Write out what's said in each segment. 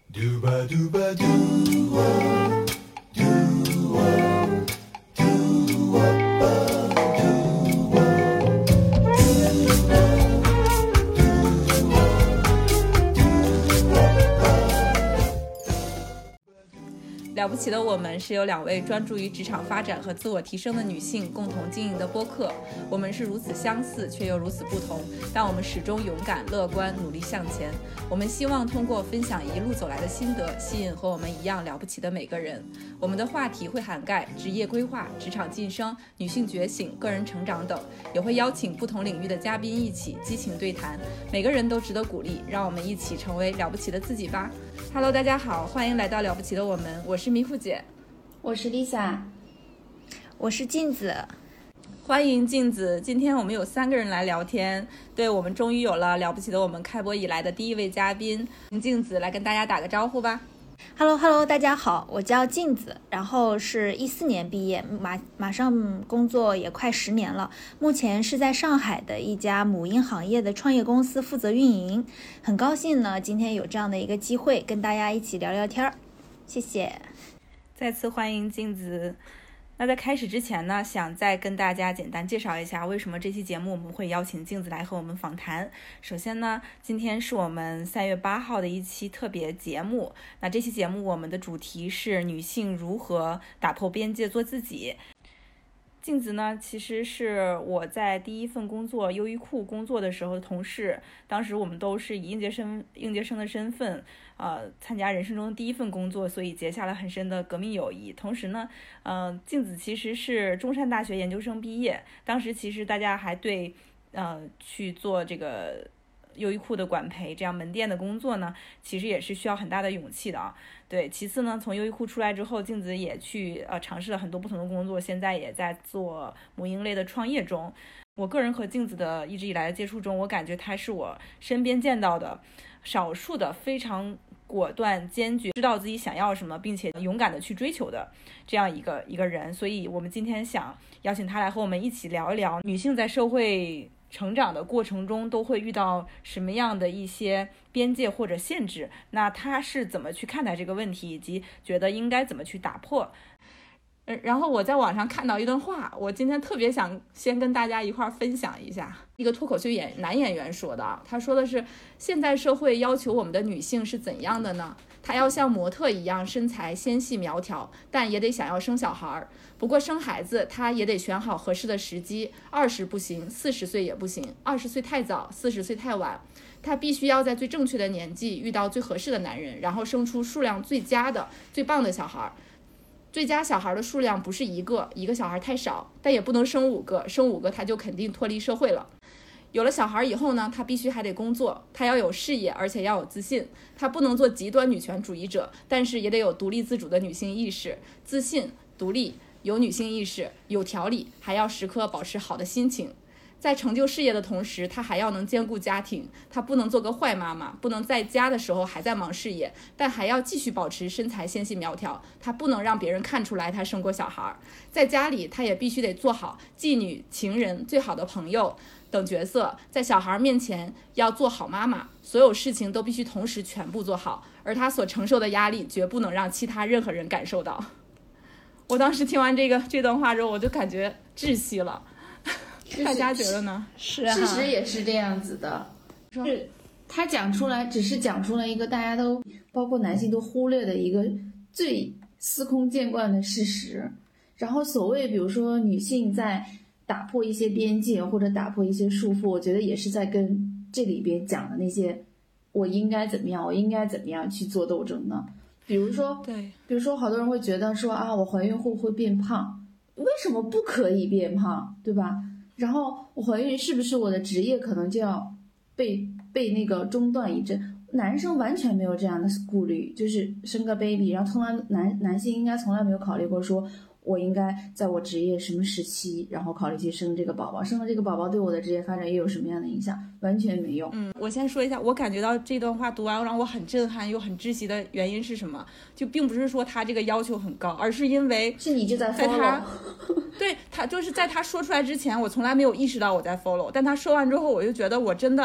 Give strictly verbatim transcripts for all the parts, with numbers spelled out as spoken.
Dooba dooba doo doo doo 了不起的我们是由两位专注于职场发展和自我提升的女性共同经营的播客。我们是如此相似却又如此不同，但我们始终勇敢乐观，努力向前。我们希望通过分享一路走来的心得，吸引和我们一样了不起的每个人。我们的话题会涵盖职业规划、职场晋升、女性觉醒、个人成长等，也会邀请不同领域的嘉宾一起激情对谈。每个人都值得鼓励，让我们一起成为了不起的自己吧。Hello， 大家好，欢迎来到了不起的我们，我是迷糊姐， 我是 Lisa， 我是镜子。 欢迎镜子。今天我们有三个人来聊天，对，我们终于有了了不起的我们开播以来的第一位嘉宾，镜子来跟大家打个招呼吧。 Hello Hello， 大家好，我叫镜子，然后是一四年毕业，马马上工作也快十年了，目前是在上海的一家母婴行业的创业公司负责运营。很高兴呢，今天有这样的一个机会跟大家一起聊聊天，谢谢。 再次欢迎镜子。那在开始之前呢，想再跟大家简单介绍一下为什么这期节目我们会邀请镜子来和我们访谈。首先呢，今天是我们三月八号的一期特别节目，那这期节目我们的主题是女性如何打破边界做自己。镜子呢，其实是我在第一份工作优衣库工作的时候的同事，当时我们都是以应届生应届生的身份呃，参加人生中的第一份工作，所以结下了很深的革命友谊。同时呢，呃，镜子其实是中山大学研究生毕业，当时其实大家还对呃去做这个优衣库的管培这样门店的工作呢，其实也是需要很大的勇气的啊。对，其次呢，从优衣库出来之后，镜子也去呃尝试了很多不同的工作，现在也在做母婴类的创业中。我个人和镜子的一直以来的接触中，我感觉她是我身边见到的少数的非常果断坚决知道自己想要什么并且勇敢的去追求的这样一个一个人。所以我们今天想邀请她来和我们一起聊一聊女性在社会成长的过程中都会遇到什么样的一些边界或者限制，那她是怎么去看待这个问题，以及觉得应该怎么去打破。然后我在网上看到一段话，我今天特别想先跟大家一块分享一下，一个脱口秀演男演员说的，他说的是现在社会要求我们的女性是怎样的呢？她要像模特一样身材纤细苗条，但也得想要生小孩。不过生孩子她也得选好合适的时机，二十不行，四十岁也不行，二十岁太早，四十岁太晚。她必须要在最正确的年纪遇到最合适的男人，然后生出数量最佳的最棒的小孩。最佳小孩的数量不是一个，一个小孩太少，但也不能生五个，生五个他就肯定脱离社会了。有了小孩以后呢，他必须还得工作，他要有事业，而且要有自信。他不能做极端女权主义者，但是也得有独立自主的女性意识，自信、独立，有女性意识，有条理，还要时刻保持好的心情。在成就事业的同时，她还要能兼顾家庭，她不能做个坏妈妈，不能在家的时候还在忙事业，但还要继续保持身材纤细苗条，她不能让别人看出来她生过小孩。在家里她也必须得做好妓女、情人、最好的朋友等角色，在小孩面前要做好妈妈，所有事情都必须同时全部做好，而她所承受的压力绝不能让其他任何人感受到。我当时听完这个这段话之后，我就感觉窒息了。大家觉得呢？ 是啊，事实也是这样子的，是他讲出来，只是讲出了一个大家都包括男性都忽略的一个最司空见惯的事实。然后所谓比如说女性在打破一些边界或者打破一些束缚，我觉得也是在跟这里边讲的那些我应该怎么样，我应该怎么样去做斗争呢？比如说，对，比如说好多人会觉得说啊，我怀孕会不会变胖？为什么不可以变胖，对吧？然后我怀孕是不是我的职业可能就要被被那个中断一阵？男生完全没有这样的顾虑，就是生个 baby， 然后从来男男性应该从来没有考虑过说我应该在我职业什么时期，然后考虑去生这个宝宝，生了这个宝宝对我的职业发展也有什么样的影响？完全没有。 嗯，我先说一下，我感觉到这段话读完让我很震撼又很窒息的原因是什么？就并不是说他这个要求很高，而是因为是你就在 follow， 他对他就是在他说出来之前，我从来没有意识到我在 follow， 但他说完之后，我就觉得我真的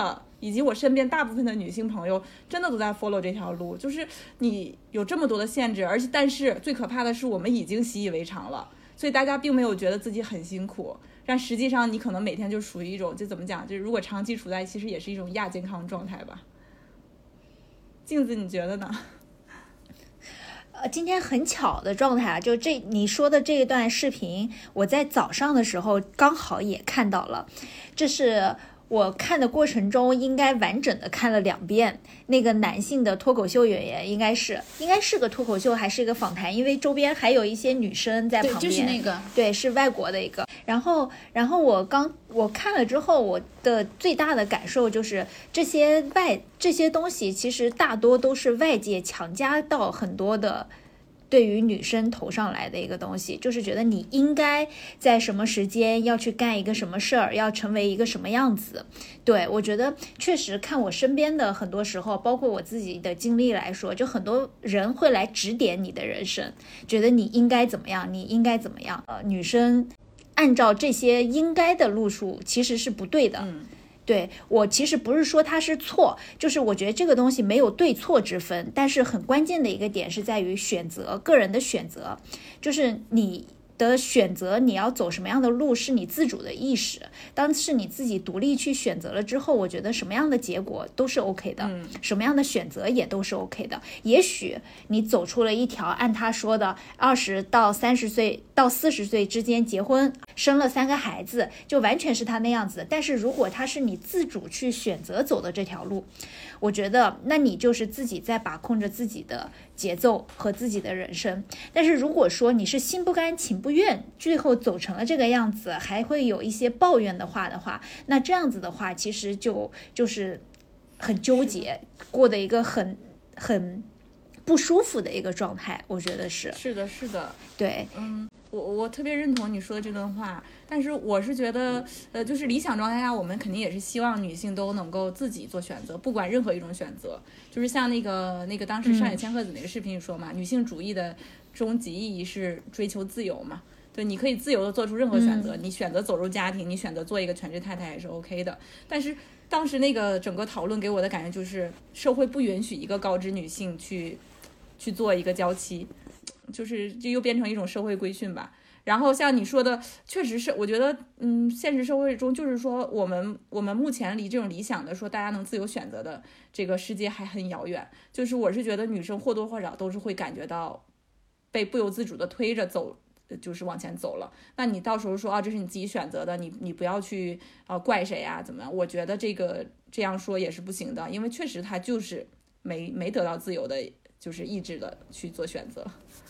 以及我身边大部分的女性朋友真的都在 follow 这条路，就是你有这么多的限制，而且但是最可怕的是我们已经习以为常了，所以大家并没有觉得自己很辛苦，但实际上你可能每天就属于一种，就怎么讲，就是如果长期处在其实也是一种亚健康状态吧。镜子你觉得呢？ 呃，今天很巧的状态啊，就这你说的这一段视频，我在早上的时候刚好也看到了，这是我看的过程中应该完整的看了两遍。那个男性的脱口秀演员应该是应该是个脱口秀还是一个访谈，因为周边还有一些女生在旁边。 对，就是那个， 对，是外国的一个。然后然后我刚我看了之后，我的最大的感受就是这些外这些东西其实大多都是外界强加到很多的对于女生头上来的一个东西，就是觉得你应该在什么时间要去干一个什么事儿，要成为一个什么样子。对，我觉得确实看我身边的很多时候，包括我自己的经历来说，就很多人会来指点你的人生，觉得你应该怎么样，你应该怎么样。呃，女生按照这些应该的路数其实是不对的。 嗯， 对，我其实不是说它是错，就是我觉得这个东西没有对错之分，但是很关键的一个点是在于选择，个人的选择，就是你的选择，你要走什么样的路是你自主的意识，当是你自己独立去选择了之后，我觉得什么样的结果都是 OK 的、 嗯、 什么样的选择也都是 OK 的。也许你走出了一条按他说的二十到三十岁到四十岁之间结婚生了三个孩子，就完全是他那样子，但是如果他是你自主去选择走的这条路，我觉得那你就是自己在把控着自己的节奏和自己的人生。但是如果说你是心不甘情不愿，最后走成了这个样子，还会有一些抱怨的话的话，那这样子的话其实就就是很纠结，过的一个很很不舒服的一个状态，我觉得是是的是的。 对， 嗯，我我特别认同你说的这段话，但是我是觉得，呃，就是理想状态下，我们肯定也是希望女性都能够自己做选择，不管任何一种选择。就是像那个那个当时上野千鹤子那个视频里说嘛，嗯、女性主义的终极意义是追求自由嘛。对，你可以自由的做出任何选择，嗯、你选择走入家庭，你选择做一个全职太太也是 OK 的。但是当时那个整个讨论给我的感觉就是，社会不允许一个高知女性去去做一个娇妻。就是就又变成一种社会规训吧。然后像你说的，确实是，我觉得，嗯，现实社会中就是说，我们我们目前离这种理想的说大家能自由选择的这个世界还很遥远。就是我是觉得女生或多或少都是会感觉到被不由自主的推着走，就是往前走了。那你到时候说啊，这是你自己选择的，你你不要去呃怪谁啊，怎么样？我觉得这个这样说也是不行的，因为确实他就是没没得到自由的，就是意志的去做选择。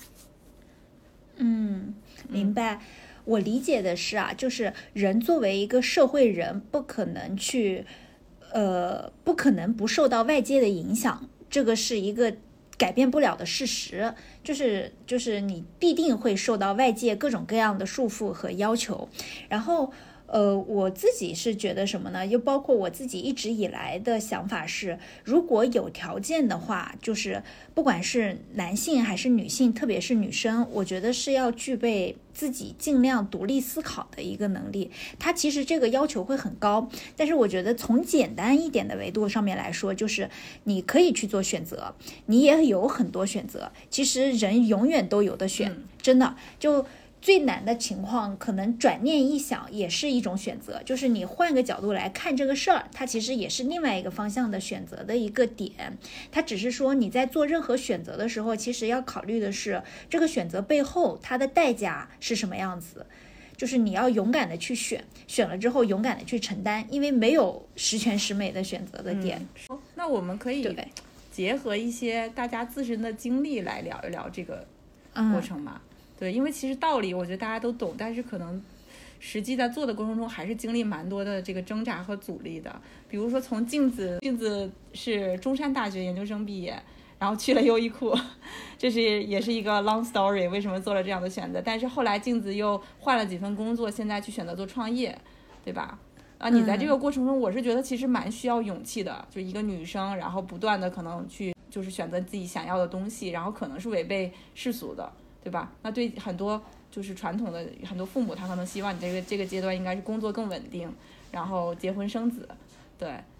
嗯，明白。我理解的是啊，就是人作为一个社会人，不可能去，呃，不可能不受到外界的影响，这个是一个改变不了的事实。就是就是你必定会受到外界各种各样的束缚和要求，然后。呃，我自己是觉得什么呢？又包括我自己一直以来的想法是，如果有条件的话，就是不管是男性还是女性，特别是女生，我觉得是要具备自己尽量独立思考的一个能力。它其实这个要求会很高，但是我觉得从简单一点的维度上面来说，就是你可以去做选择，你也有很多选择。其实人永远都有的选，嗯、真的就。最难的情况，可能转念一想也是一种选择，就是你换个角度来看这个事儿，它其实也是另外一个方向的选择的一个点。它只是说你在做任何选择的时候，其实要考虑的是这个选择背后它的代价是什么样子，就是你要勇敢的去选，选了之后勇敢的去承担，因为没有十全十美的选择的点。 嗯、那我们可以结合一些大家自身的经历来聊一聊这个过程吗？嗯对，因为其实道理我觉得大家都懂，但是可能实际在做的过程中还是经历蛮多的这个挣扎和阻力的。比如说从镜子，镜子是中山大学研究生毕业，然后去了优衣库，这是也是一个 long story， 为什么做了这样的选择？但是后来镜子又换了几份工作，现在去选择做创业，对吧？啊，你在这个过程中，我是觉得其实蛮需要勇气的，就一个女生，然后不断的可能去就是选择自己想要的东西，然后可能是违背世俗的。对吧？那对很多就是传统的很多父母，他可能希望你这个这个阶段应该是工作更稳定，然后结婚生子，对。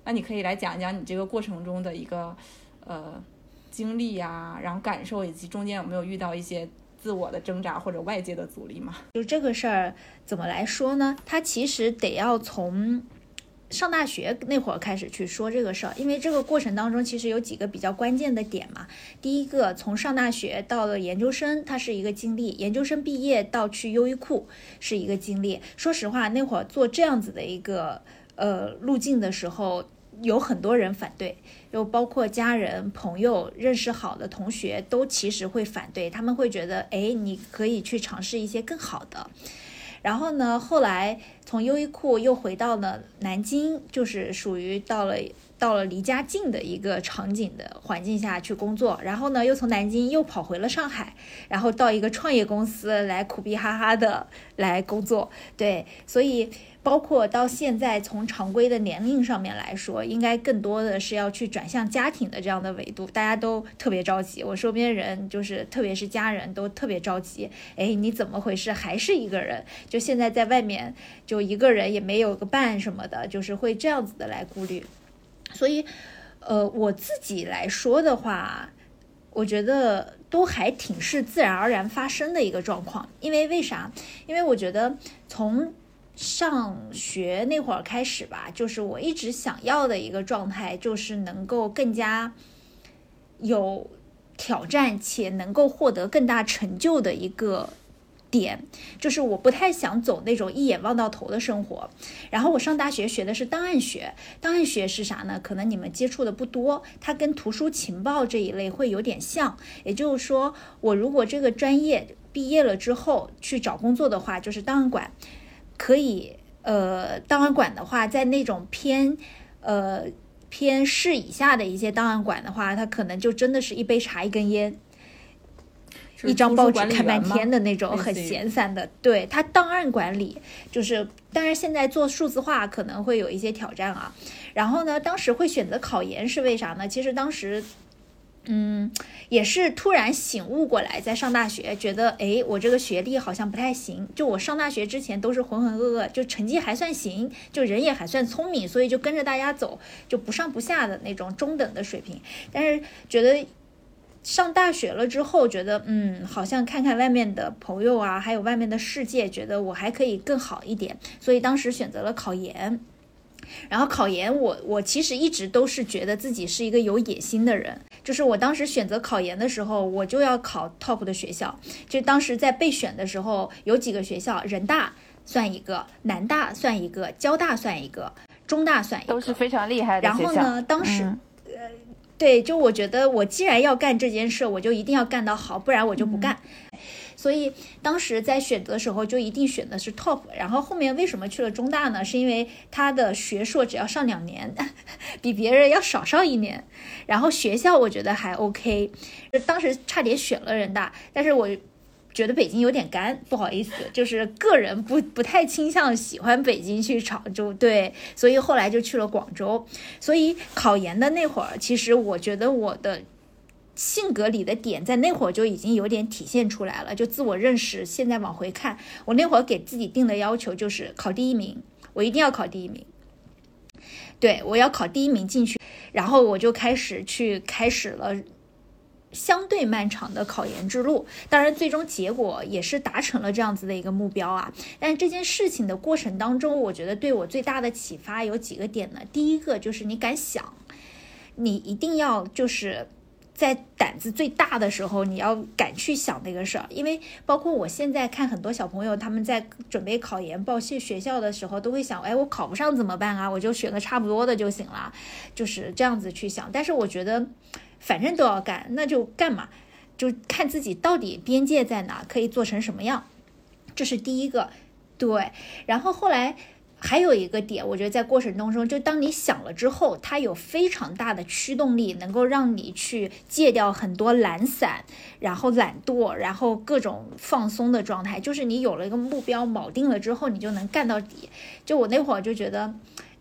那你可以来讲一讲你这个过程中的一个呃经历呀，然后感受，以及中间有没有遇到一些自我的挣扎或者外界的阻力吗？ 就这个事儿怎么来说呢？它其实得要从上大学那会儿开始去说这个事儿，因为这个过程当中其实有几个比较关键的点嘛。第一个，从上大学到了研究生，它是一个经历；研究生毕业到去优衣库是一个经历。说实话，那会儿做这样子的一个呃路径的时候，有很多人反对，又包括家人、朋友、认识好的同学都其实会反对，他们会觉得，哎，你可以去尝试一些更好的。然后呢，后来从优衣库又回到了南京，就是属于到了到了离家近的一个场景的环境下去工作。然后呢，又从南京又跑回了上海，然后到一个创业公司来苦逼哈哈的来工作。对，所以包括到现在从常规的年龄上面来说，应该更多的是要去转向家庭的这样的维度，大家都特别着急。我周边人就是特别是家人都特别着急，哎，你怎么回事？还是一个人？就现在在外面就一个人也没有个伴什么的，就是会这样子的来顾虑。所以呃，我自己来说的话，我觉得都还挺是自然而然发生的一个状况。因为为啥？因为我觉得从上学那会儿开始吧，就是我一直想要的一个状态，就是能够更加有挑战且能够获得更大成就的一个点，就是我不太想走那种一眼望到头的生活。然后我上大学学的是档案学，档案学是啥呢？可能你们接触的不多，它跟图书情报这一类会有点像。也就是说，我如果这个专业毕业了之后去找工作的话，就是档案馆。可以，呃，档案馆的话，在那种偏，呃，偏市以下的一些档案馆的话，它可能就真的是一杯茶一根烟，一张报纸看半天的那种很闲散的。对，它档案管理就是，当然现在做数字化可能会有一些挑战啊。然后呢，当时会选择考研是为啥呢？其实当时。嗯，也是突然醒悟过来，在上大学觉得，哎，我这个学历好像不太行。就我上大学之前都是浑浑噩噩，就成绩还算行，就人也还算聪明，所以就跟着大家走，就不上不下的那种中等的水平。但是觉得上大学了之后，觉得嗯，好像看看外面的朋友啊，还有外面的世界，觉得我还可以更好一点，所以当时选择了考研。然后考研我我其实一直都是觉得自己是一个有野心的人，就是我当时选择考研的时候，我就要考 top 的学校。就当时在备选的时候，有几个学校，人大算一个，南大算一个，交大算一个，中大算一个， 都是非常厉害的学校。 然后呢，当时、 嗯、 呃，对，就我觉得我既然要干这件事，我就一定要干到好，不然我就不干。嗯，所以当时在选择的时候就一定选的是 top。 然后后面为什么去了中大呢？是因为他的学硕只要上两年，比别人要少上一年，然后学校我觉得还 OK。 当时差点选了人大，但是我觉得北京有点干，不好意思，就是个人不不太倾向喜欢北京去常州，对，所以后来就去了广州。所以考研的那会儿，其实我觉得我的性格里的点在那会儿就已经有点体现出来了，就自我认识。现在往回看，我那会儿给自己定的要求就是考第一名，我一定要考第一名，对，我要考第一名进去。然后我就开始去开始了相对漫长的考研之路，当然最终结果也是达成了这样子的一个目标啊。但是这件事情的过程当中，我觉得对我最大的启发有几个点呢。第一个就是你敢想，你一定要就是在胆子最大的时候，你要敢去想那个事儿。因为包括我现在看很多小朋友，他们在准备考研报学学校的时候，都会想，哎，我考不上怎么办啊？我就选个差不多的就行了，就是这样子去想。但是我觉得反正都要干，那就干嘛，就看自己到底边界在哪，可以做成什么样，这是第一个。对，然后后来还有一个点，我觉得在过程当中，就当你想了之后，它有非常大的驱动力，能够让你去戒掉很多懒散，然后懒惰，然后各种放松的状态。就是你有了一个目标铆定了之后，你就能干到底。就我那会儿就觉得，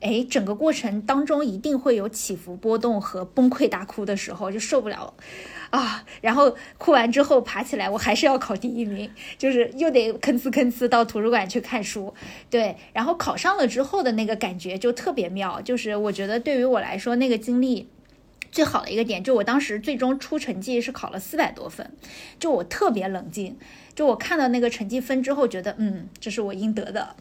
哎，整个过程当中一定会有起伏波动和崩溃大哭的时候，就受不了啊，然后哭完之后爬起来，我还是要考第一名，就是又得吭哧吭哧到图书馆去看书，对，然后考上了之后的那个感觉就特别妙，就是我觉得对于我来说那个经历最好的一个点，就我当时最终出成绩是考了四百多分，就我特别冷静，就我看到那个成绩分之后觉得，嗯，这是我应得的。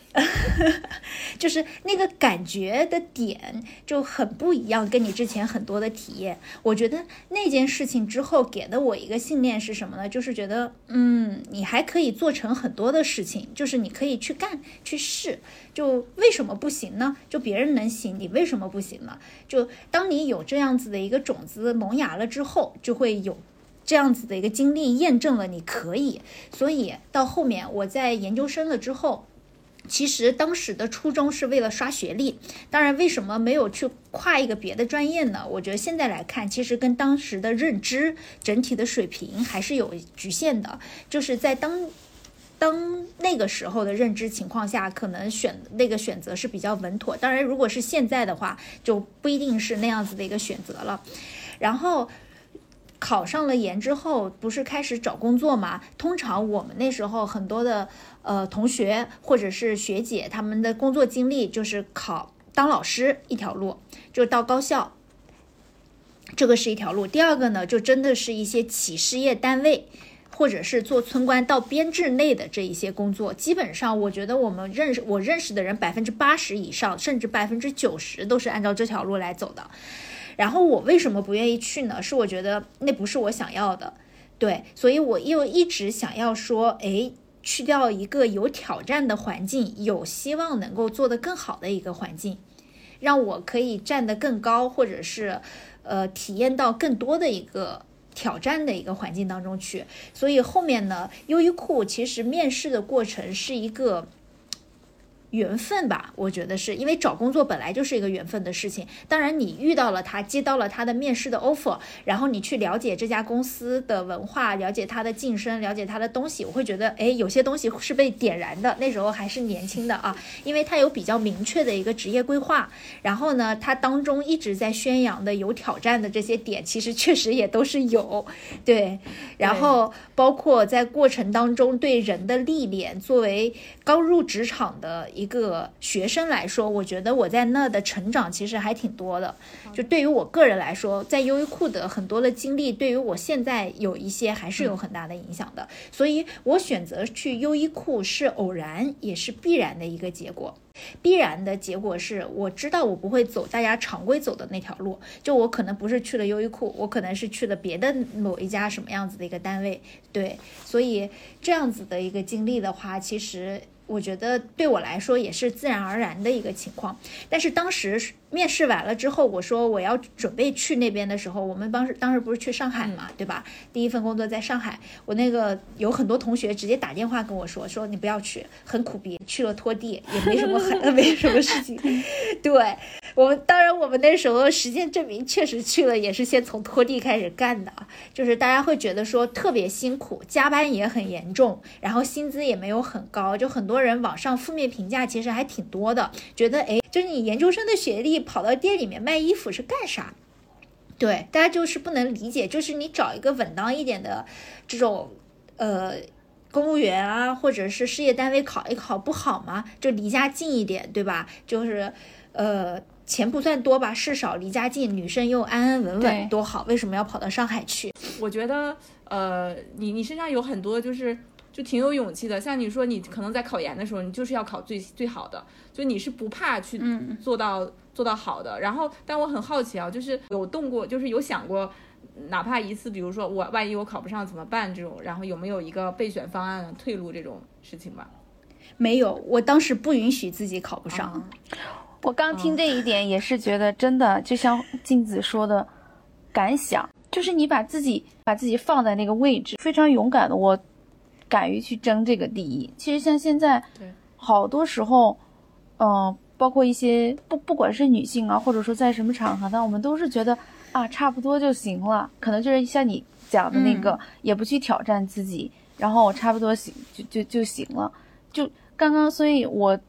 就是那个感觉的点就很不一样，跟你之前很多的体验。我觉得那件事情之后给的我一个信念是什么呢？就是觉得嗯，你还可以做成很多的事情，就是你可以去干去试，就为什么不行呢？就别人能行，你为什么不行呢？就当你有这样子的一个种子萌芽了之后，就会有这样子的一个经历验证了你可以。所以到后面我在研究生了之后，其实当时的初衷是为了刷学历，当然为什么没有去跨一个别的专业呢？我觉得现在来看，其实跟当时的认知整体的水平还是有局限的，就是在当当那个时候的认知情况下，可能选那个选择是比较稳妥，当然如果是现在的话，就不一定是那样子的一个选择了。然后考上了研之后，不是开始找工作嘛？通常我们那时候很多的呃同学或者是学姐，他们的工作经历就是考当老师一条路，就到高校，这个是一条路。第二个呢，就真的是一些企事业单位，或者是做村官到编制内的这一些工作。基本上我觉得我们认识我认识的人百分之八十以上，甚至百分之九十都是按照这条路来走的。然后我为什么不愿意去呢？是我觉得那不是我想要的，对，所以我又一直想要说，哎，去掉一个有挑战的环境，有希望能够做得更好的一个环境，让我可以站得更高，或者是呃体验到更多的一个挑战的一个环境当中去。所以后面呢，优衣库其实面试的过程是一个缘分吧，我觉得是因为找工作本来就是一个缘分的事情。当然你遇到了他，接到了他的面试的 offer， 然后你去了解这家公司的文化，了解他的晋升，了解他的东西，我会觉得哎，有些东西是被点燃的。那时候还是年轻的啊，因为他有比较明确的一个职业规划，然后呢他当中一直在宣扬的有挑战的这些点，其实确实也都是有，对，然后包括在过程当中对人的历练，作为刚入职场的一个学生来说，我觉得我在那的成长其实还挺多的。就对于我个人来说，在优衣库的很多的经历，对于我现在有一些还是有很大的影响的。所以我选择去优衣库是偶然也是必然的一个结果。必然的结果是我知道我不会走大家常规走的那条路，就我可能不是去了优衣库，我可能是去了别的某一家什么样子的一个单位，对，所以这样子的一个经历的话，其实我觉得对我来说也是自然而然的一个情况。但是当时面试完了之后，我说我要准备去那边的时候，我们当时当时不是去上海嘛，对吧？第一份工作在上海，我那个有很多同学直接打电话跟我说，说你不要去，很苦逼，去了拖地也没什么很没什么事情。对，我们当然我们那时候实践证明确实去了，也是先从拖地开始干的，就是大家会觉得说特别辛苦，加班也很严重，然后薪资也没有很高，就很多人网上负面评价其实还挺多的，觉得哎，就是你研究生的学历跑到店里面卖衣服是干啥？对，大家就是不能理解，就是你找一个稳当一点的这种呃公务员啊，或者是事业单位考一考不好吗？就离家近一点，对吧？就是呃钱不算多吧，事少离家近，女生又安安稳稳，多好！为什么要跑到上海去？ 我觉得呃你你身上有很多就是就挺有勇气的，像你说你可能在考研的时候你就是要考最最好的，就你是不怕去做到、嗯、做到好的。然后但我很好奇啊，就是有动过就是有想过哪怕一次比如说我万一我考不上怎么办这种，然后有没有一个备选方案退路这种事情吧？ 没有，我当时不允许自己考不上、啊、 我刚听这一点也是觉得真的就像镜子说的感想，就是你把自己把自己放在那个位置，非常勇敢的我敢于去争这个第一。其实像现在好多时候嗯、呃，包括一些不不管是女性啊，或者说在什么场合呢，我们都是觉得啊差不多就行了，可能就是像你讲的那个、嗯、也不去挑战自己，然后我差不多行就就就行了。就刚刚所以我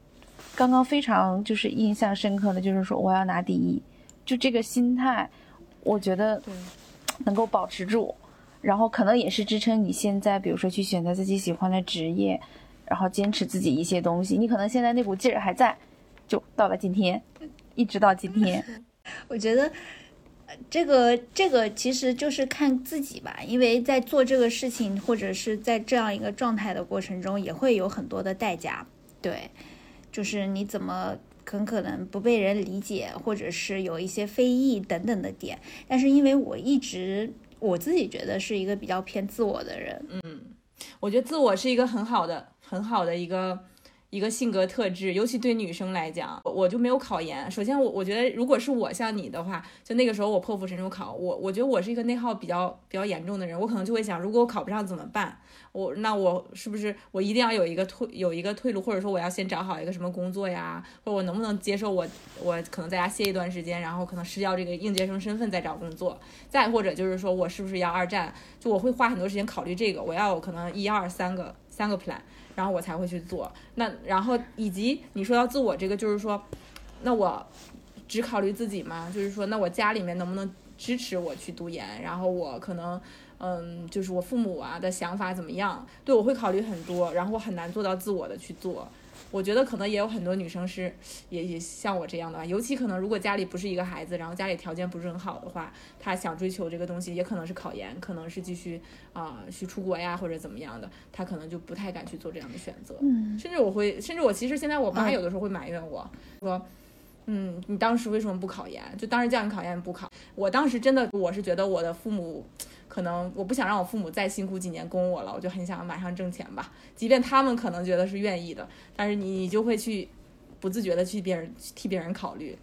刚刚非常就是印象深刻的就是说我要拿第一，就这个心态我觉得能够保持住，然后可能也是支撑你现在比如说去选择自己喜欢的职业，然后坚持自己一些东西，你可能现在那股劲儿还在，就到了今天，一直到今天。 我觉得这个这个其实就是看自己吧，因为在做这个事情或者是在这样一个状态的过程中也会有很多的代价，对，就是你怎么很可能不被人理解，或者是有一些非议等等的点。但是因为我一直我自己觉得是一个比较偏自我的人， 嗯，我觉得自我是一个很好的很好的一个一个性格特质，尤其对女生来讲，我就没有考研。首先我我觉得如果是我像你的话，就那个时候我破釜沉舟考，我我觉得我是一个内耗比较比较严重的人，我可能就会想，如果我考不上怎么办？我那我是不是我一定要有一个退有一个退路，或者说我要先找好一个什么工作呀，或者我能不能接受我我可能在家歇一段时间，然后可能失掉这个应届生身份再找工作，再或者就是说我是不是要二战，就我会花很多时间考虑这个，我要有可能一二三个三个 plan， 然后我才会去做。那然后以及你说到自我这个，就是说那我只考虑自己吗？就是说那我家里面能不能支持我去读研，然后我可能嗯，就是我父母啊的想法怎么样，对，我会考虑很多，然后我很难做到自我的去做。我觉得可能也有很多女生是也也像我这样的吧，尤其可能如果家里不是一个孩子，然后家里条件不是很好的话，她想追求这个东西，也可能是考研，可能是继续啊、呃、去出国呀或者怎么样的，她可能就不太敢去做这样的选择。 嗯， 甚至我会，甚至我其实现在我妈有的时候会埋怨我、嗯、说。嗯，你当时为什么不考研？就当时叫你考研不考。我当时真的，我是觉得我的父母，可能我不想让我父母再辛苦几年供我了，我就很想马上挣钱吧。即便他们可能觉得是愿意的，但是你你就会去不自觉的去别人替别人考虑。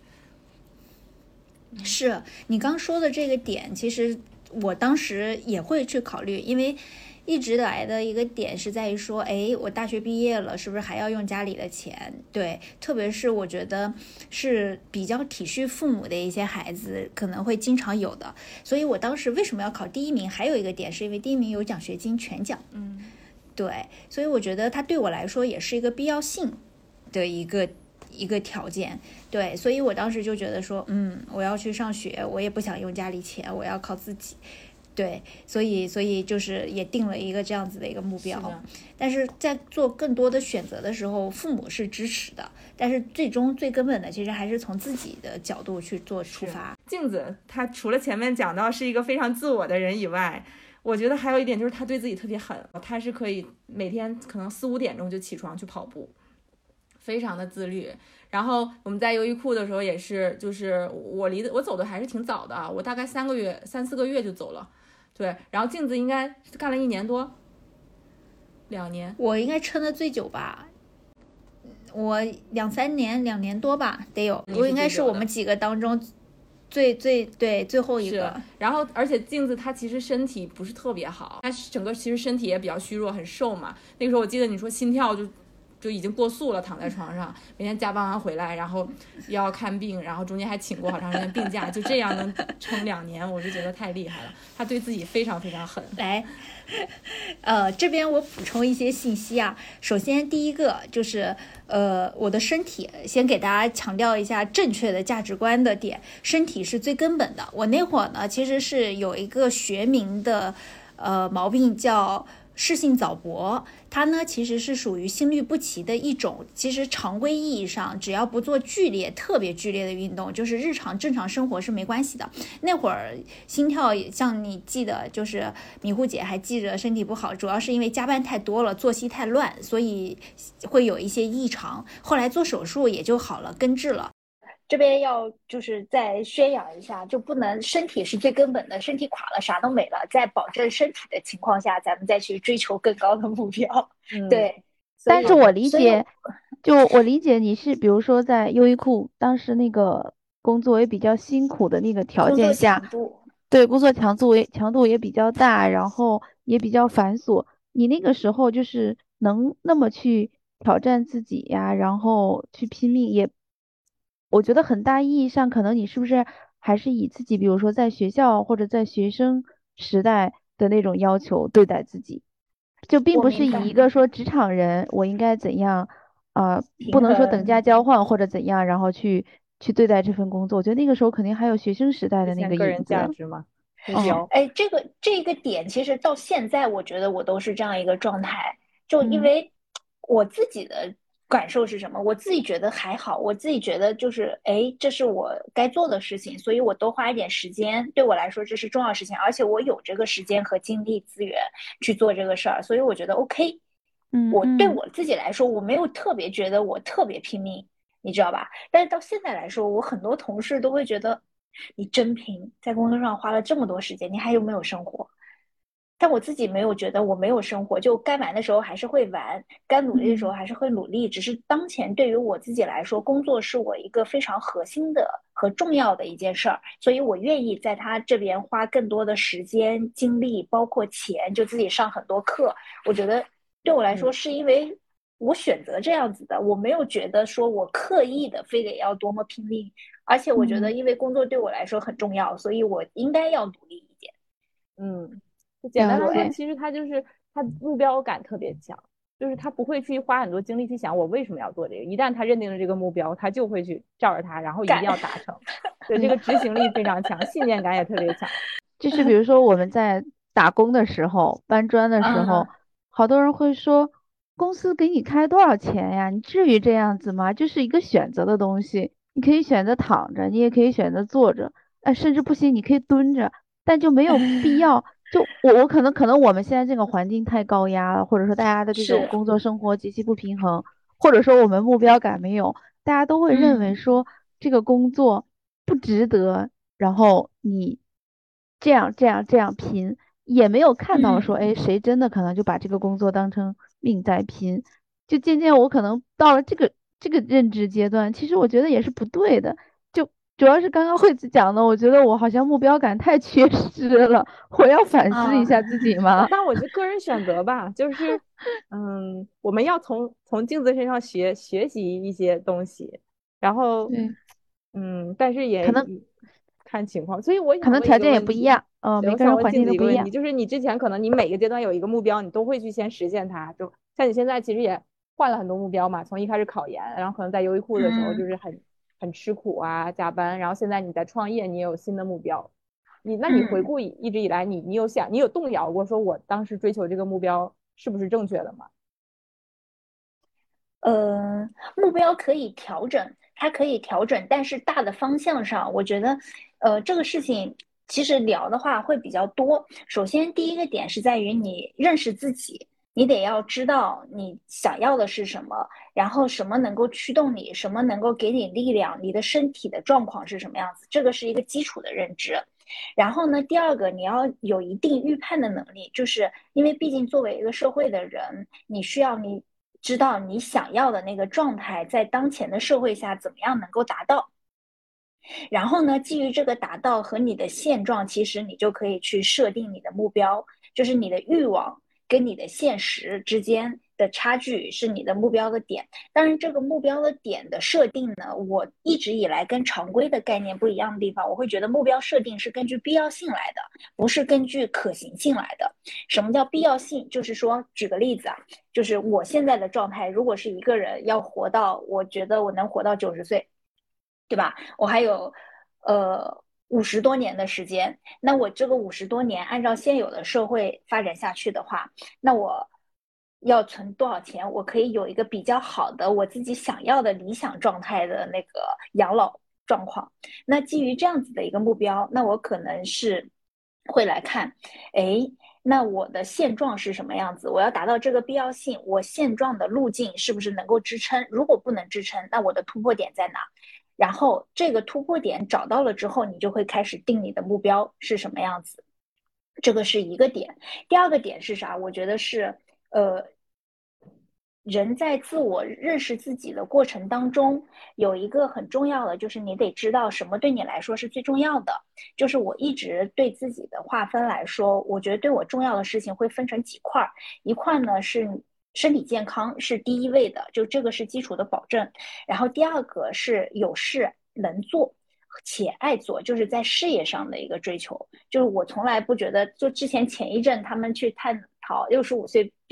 是你刚说的这个点，其实我当时也会去考虑，因为一直来的一个点是在于说，哎，我大学毕业了，是不是还要用家里的钱？对，特别是我觉得是比较体恤父母的一些孩子，可能会经常有的。所以我当时为什么要考第一名？还有一个点是因为第一名有奖学金全奖， 嗯， 对，所以我觉得它对我来说也是一个必要性的一个一个条件。对，所以我当时就觉得说，嗯，我要去上学，我也不想用家里钱，我要靠自己。对，所以所以就是也定了一个这样子的一个目标，但是在做更多的选择的时候，父母是支持的，但是最终最根本的其实还是从自己的角度去做出发。 镜子他除了前面讲到是一个非常自我的人以外，我觉得还有一点就是他对自己特别狠，他是可以每天可能四五点钟就起床去跑步，非常的自律。然后我们在优衣库的时候也是，就是我离的我走的还是挺早的，我大概三个月三四个月就走了。对，然后镜子应该干了一年多，两年， 我应该撑的最久吧，我两三年，两年多吧，得有。我应该是我们几个当中最最对最后一个。 然后，而且镜子她其实身体不是特别好，她整个其实身体也比较虚弱，很瘦嘛。那个时候我记得你说心跳就。就已经过速了，躺在床上，每天加班完回来，然后又要看病，然后中间还请过好长时间病假，就这样能撑两年，我就觉得太厉害了。他对自己非常非常狠。 来，呃，这边我补充一些信息啊。首先，第一个就是呃，我的身体，先给大家强调一下正确的价值观的点，身体是最根本的。我那会儿呢，其实是有一个学名的呃毛病叫。室性早搏，它呢其实是属于心律不齐的一种。其实常规意义上，只要不做剧烈、特别剧烈的运动，就是日常正常生活是没关系的。那会儿心跳，像你记得，就是迷糊姐还记着身体不好，主要是因为加班太多了，作息太乱，所以会有一些异常。后来做手术也就好了，根治了。这边要就是再宣扬一下，就不能身体是最根本的，身体垮了啥都没了，在保证身体的情况下，咱们再去追求更高的目标。嗯、对， 但是我理解，就我理解你是比如说在优衣库当时那个工作也比较辛苦的那个条件下， 工作强度对，工作强度也强度也比较大，然后也比较繁琐，你那个时候就是能那么去挑战自己呀，然后去拼命也。我觉得很大意义上，可能你是不是还是以自己，比如说在学校或者在学生时代的那种要求对待自己，就并不是以一个说职场人我应该怎样呃， 平不能说等衡。 价交换或者怎样，然后去去对待这份工作。我觉得那个时候肯定还有学生时代实的那个现个人影子。 价值嘛，目嗯标。 哎，这个这个点，其实到现在，我觉得我都是这样一个状态。就因嗯为我自己的感受是什么，我自己觉得还好，我自己觉得就是，哎，这是我该做的事情，所以我多花一点时间，对我来说这是重要事情，而且我有这个时间和精力资源去做这个事儿，所以我觉得 OK。我对嗯嗯我自己来说，我没有特别觉得我特别拼命，你知道吧？但是到现在来说，我很多同事都会觉得你真拼，在工作上花了这么多时间，你还有没有生活？但我自己没有觉得我没有生活，就该玩的时候还是会玩，该努力的时候嗯还是会努力。只是当前对于我自己来说，工作是我一个非常核心的和重要的一件事儿，所以我愿意在他这边花更多的时间、精力，包括钱，就自己上很多课。我觉得对我来说，是因为我选择这样子的，我没有觉得说我刻意的非得要多么拼命，而且我觉得嗯， 因为工作对我来说很重要，所以我应该要努力一点。 嗯，就简单来说， 了解。 其实他就是他目标感特别强，就是他不会去花很多精力去想我为什么要做这个，一旦他认定了这个目标，他就会去照着他，然后一定干。 要达成。对，这个执行力非常强，信念感也特别强。 就是比如说我们在打工的时候，搬砖的时候， 嗯好多人会说，公司给你开多少钱呀？你至于这样子吗？就是一个选择的东西，你可以选择躺着，你也可以选择坐着，哎，甚至不行，你可以蹲着，但就没有必要。就我我可能可能我们现在这个环境太高压了，或者说大家的这种是。 工作生活极其不平衡，或者说我们目标感没有，大家都会认为嗯说这个工作不值得。然后你这样这样这样拼，也没有看到说， 嗯。 哎，谁真的可能就把这个工作当成命在拼，就渐渐我可能到了这个这个认知阶段，其实我觉得也是不对的。就主要是刚刚惠子讲的，我觉得我好像目标感太缺失了，我要反思一啊。 下自己吗？ 那我就个人选择吧，就是，嗯，我们要从从镜子身上学学习一些东西，然后， 对， 嗯，但是也可能看情况。所以我想问一可能条件也个问题， 不一样，呃， 对， 每个人环我想问镜境都不一样。 子一个问题，就是你之前可能你每个阶段有一个目标，你都会去先实现它，就像你现在其实也换了很多目标嘛，从一开始考研，然后可能在优衣库的时候就嗯是很很吃苦啊，加班，然后现在你在创业，你也有新的目标。你那你回嗯。 顾一直以来，你你有想你有动摇过，说我当时追求这个目标是不是正确的吗？ 呃，目标可以调整，它可以调整，但是大的方向上，我觉得，呃，这个事情其实聊的话会比较多。首先，第一个点是在于你认识自己，你得要知道你想要的是什么，然后什么能够驱动你，什么能够给你力量，你的身体的状况是什么样子，这个是一个基础的认知。然后呢，第二个你要有一定预判的能力，就是因为毕竟作为一个社会的人，你需要你知道你想要的那个状态在当前的社会下怎么样能够达到。然后呢，基于这个达到和你的现状，其实你就可以去设定你的目标，就是你的欲望跟你的现实之间的差距是你的目标的点。当然，这个目标的点的设定呢，我一直以来跟常规的概念不一样的地方，我会觉得目标设定是根据必要性来的，不是根据可行性来的。什么叫必要性？就是说，举个例子啊，就是我现在的状态，如果是一个人要活到，我觉得我能活到九十岁，对吧？我还有呃五十多年的时间，那我这个五十多年按照现有的社会发展下去的话，那我要存多少钱？我可以有一个比较好的我自己想要的理想状态的那个养老状况。那基于这样子的一个目标，那我可能是会来看，哎，那我的现状是什么样子？我要达到这个必要性，我现状的路径是不是能够支撑？如果不能支撑，那我的突破点在哪？然后这个突破点找到了之后，你就会开始定你的目标是什么样子。这个是一个点。第二个点是啥？我觉得是呃，人在自我认识自己的过程当中，有一个很重要的，就是你得知道什么对你来说是最重要的。就是我一直对自己的划分来说，我觉得对我重要的事情会分成几块，一块呢是身体健康是第一位的，就这个是基础的保证。然后第二个是有事能做且爱做，就是在事业上的一个追求。就是我从来不觉得，就之前前一阵他们去探讨六十五岁必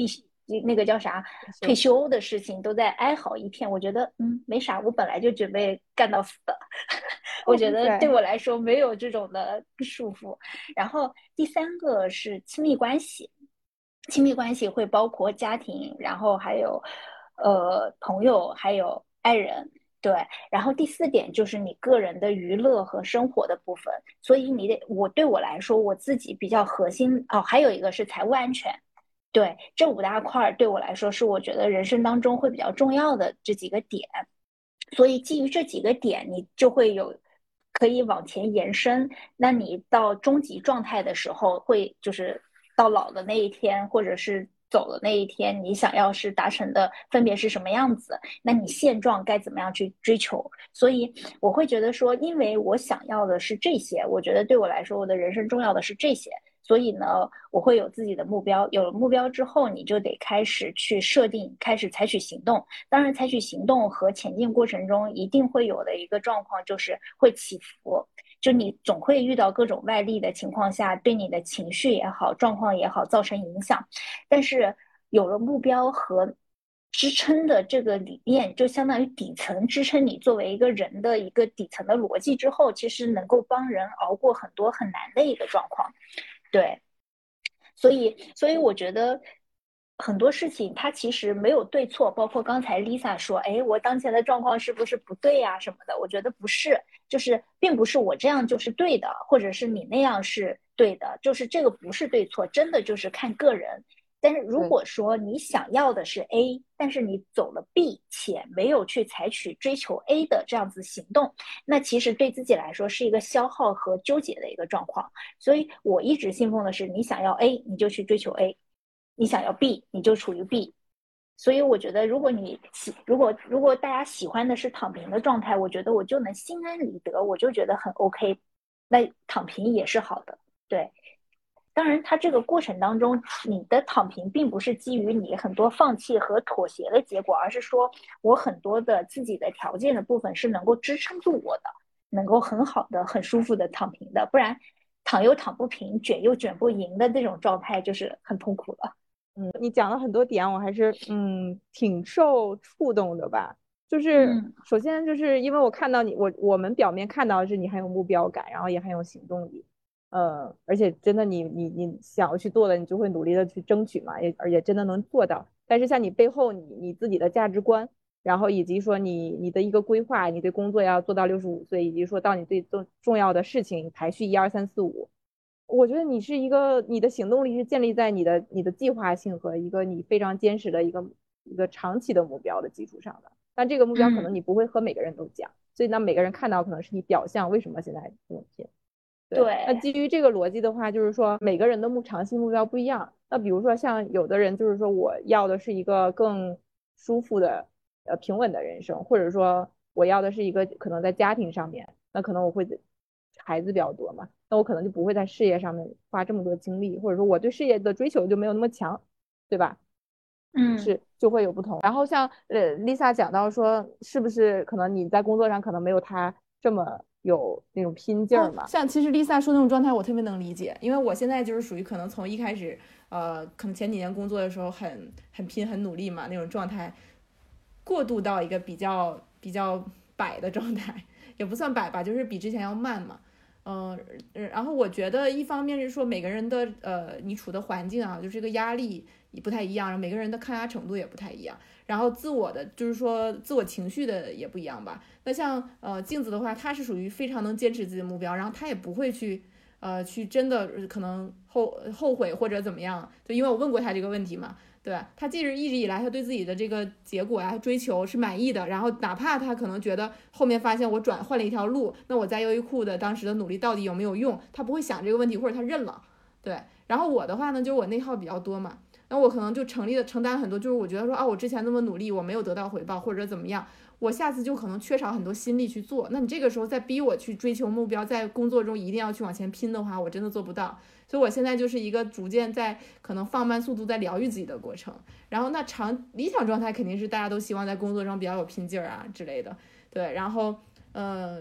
那个叫啥退休的事情都在哀嚎一片。我觉得嗯没啥，我本来就准备干到死的。我觉得对我来说没有这种的束缚。然后第三个是亲密关系，亲密关系会包括家庭，然后还有呃朋友，还有爱人。对，然后第四点就是你个人的娱乐和生活的部分。所以你得，我对我来说，我自己比较核心哦，还有一个是财务安全。对，这五大块对我来说是我觉得人生当中会比较重要的这几个点。所以基于这几个点，你就会有可以往前延伸。那你到终极状态的时候，会就是到老的那一天，或者是走的那一天，你想要是达成的分别是什么样子，那你现状该怎么样去追求。所以我会觉得说，因为我想要的是这些，我觉得对我来说，我的人生重要的是这些，所以呢，我会有自己的目标。有了目标之后，你就得开始去设定，开始采取行动。当然，采取行动和前进过程中一定会有的一个状况就是会起伏，就你总会遇到各种外力的情况下，对你的情绪也好，状况也好造成影响。但是有了目标和支撑的这个理念，就相当于底层支撑你作为一个人的一个底层的逻辑之后，其实能够帮人熬过很多很难的一个状况。对，所以所以我觉得很多事情它其实没有对错，包括刚才 Lisa 说，哎，我当前的状况是不是不对呀、啊、什么的，我觉得不是，就是并不是我这样就是对的，或者是你那样是对的，就是这个不是对错，真的就是看个人。但是如果说你想要的是 A， 但是你走了 B 且没有去采取追求 A 的这样子行动，那其实对自己来说是一个消耗和纠结的一个状况。所以我一直信奉的是，你想要 A 你就去追求 A， 你想要 B 你就处于 B。 所以我觉得如果你喜如果如果大家喜欢的是躺平的状态，我觉得我就能心安理得，我就觉得很 OK， 那躺平也是好的。对，当然它这个过程当中，你的躺平并不是基于你很多放弃和妥协的结果，而是说我很多的自己的条件的部分是能够支撑住我的，能够很好的很舒服的躺平的。不然躺又躺不平，卷又卷不赢的那种状态就是很痛苦了。 嗯，你讲了很多点，我还是嗯挺受触动的吧。就是嗯首先就是因为我看到你，我我们表面看到的是你很有目标感，然后也很有行动力，呃，而且真的你你你想要去做的，你就会努力的去争取嘛，也而且真的能做到。但是像你背后你你自己的价值观，然后以及说你你的一个规划，你对工作要做到六十五岁，以及说到你最重重要的事情排序一二三四五。我觉得你是一个，你的行动力是建立在你的你的计划性和一个你非常坚实的一个一个长期的目标的基础上的。但这个目标可能你不会和每个人都讲，嗯、所以呢，每个人看到可能是你表象为什么现在这么拼。对， 对那基于这个逻辑的话，就是说每个人的目长期目标不一样。那比如说像有的人就是说我要的是一个更舒服的呃平稳的人生，或者说我要的是一个可能在家庭上面，那可能我会孩子比较多嘛，那我可能就不会在事业上面花这么多精力，或者说我对事业的追求就没有那么强，对吧？ 嗯， 是就会有不同。然后像呃 Lisa 讲到说，是不是可能你在工作上可能没有他这么有那种拼劲儿嘛、 哦？像其实 Lisa 说那种状态，我特别能理解，因为我现在就是属于可能从一开始，呃，可能前几年工作的时候很很拼很努力嘛那种状态，过渡到一个比较比较摆的状态，也不算摆吧，就是比之前要慢嘛。嗯、呃，然后我觉得一方面是说每个人的呃你处的环境啊，就是这个压力也不太一样，然后每个人的抗压程度也不太一样，然后自我的就是说自我情绪的也不一样吧。那像呃镜子的话，他是属于非常能坚持自己的目标，然后他也不会去呃去真的可能后后悔或者怎么样，就因为我问过他这个问题嘛。对，他即使一直以来他对自己的这个结果呀、啊、追求是满意的，然后哪怕他可能觉得后面发现我转换了一条路，那我在优衣库的当时的努力到底有没有用，他不会想这个问题，或者他认了。对，然后我的话呢，就是我内耗比较多嘛，那我可能就成立的承担很多，就是我觉得说啊，我之前那么努力我没有得到回报或者怎么样，我下次就可能缺少很多心力去做，那你这个时候再逼我去追求目标，在工作中一定要去往前拼的话，我真的做不到。所以我现在就是一个逐渐在可能放慢速度在疗愈自己的过程。然后那长理想状态肯定是大家都希望在工作中比较有拼劲儿啊之类的，对。然后呃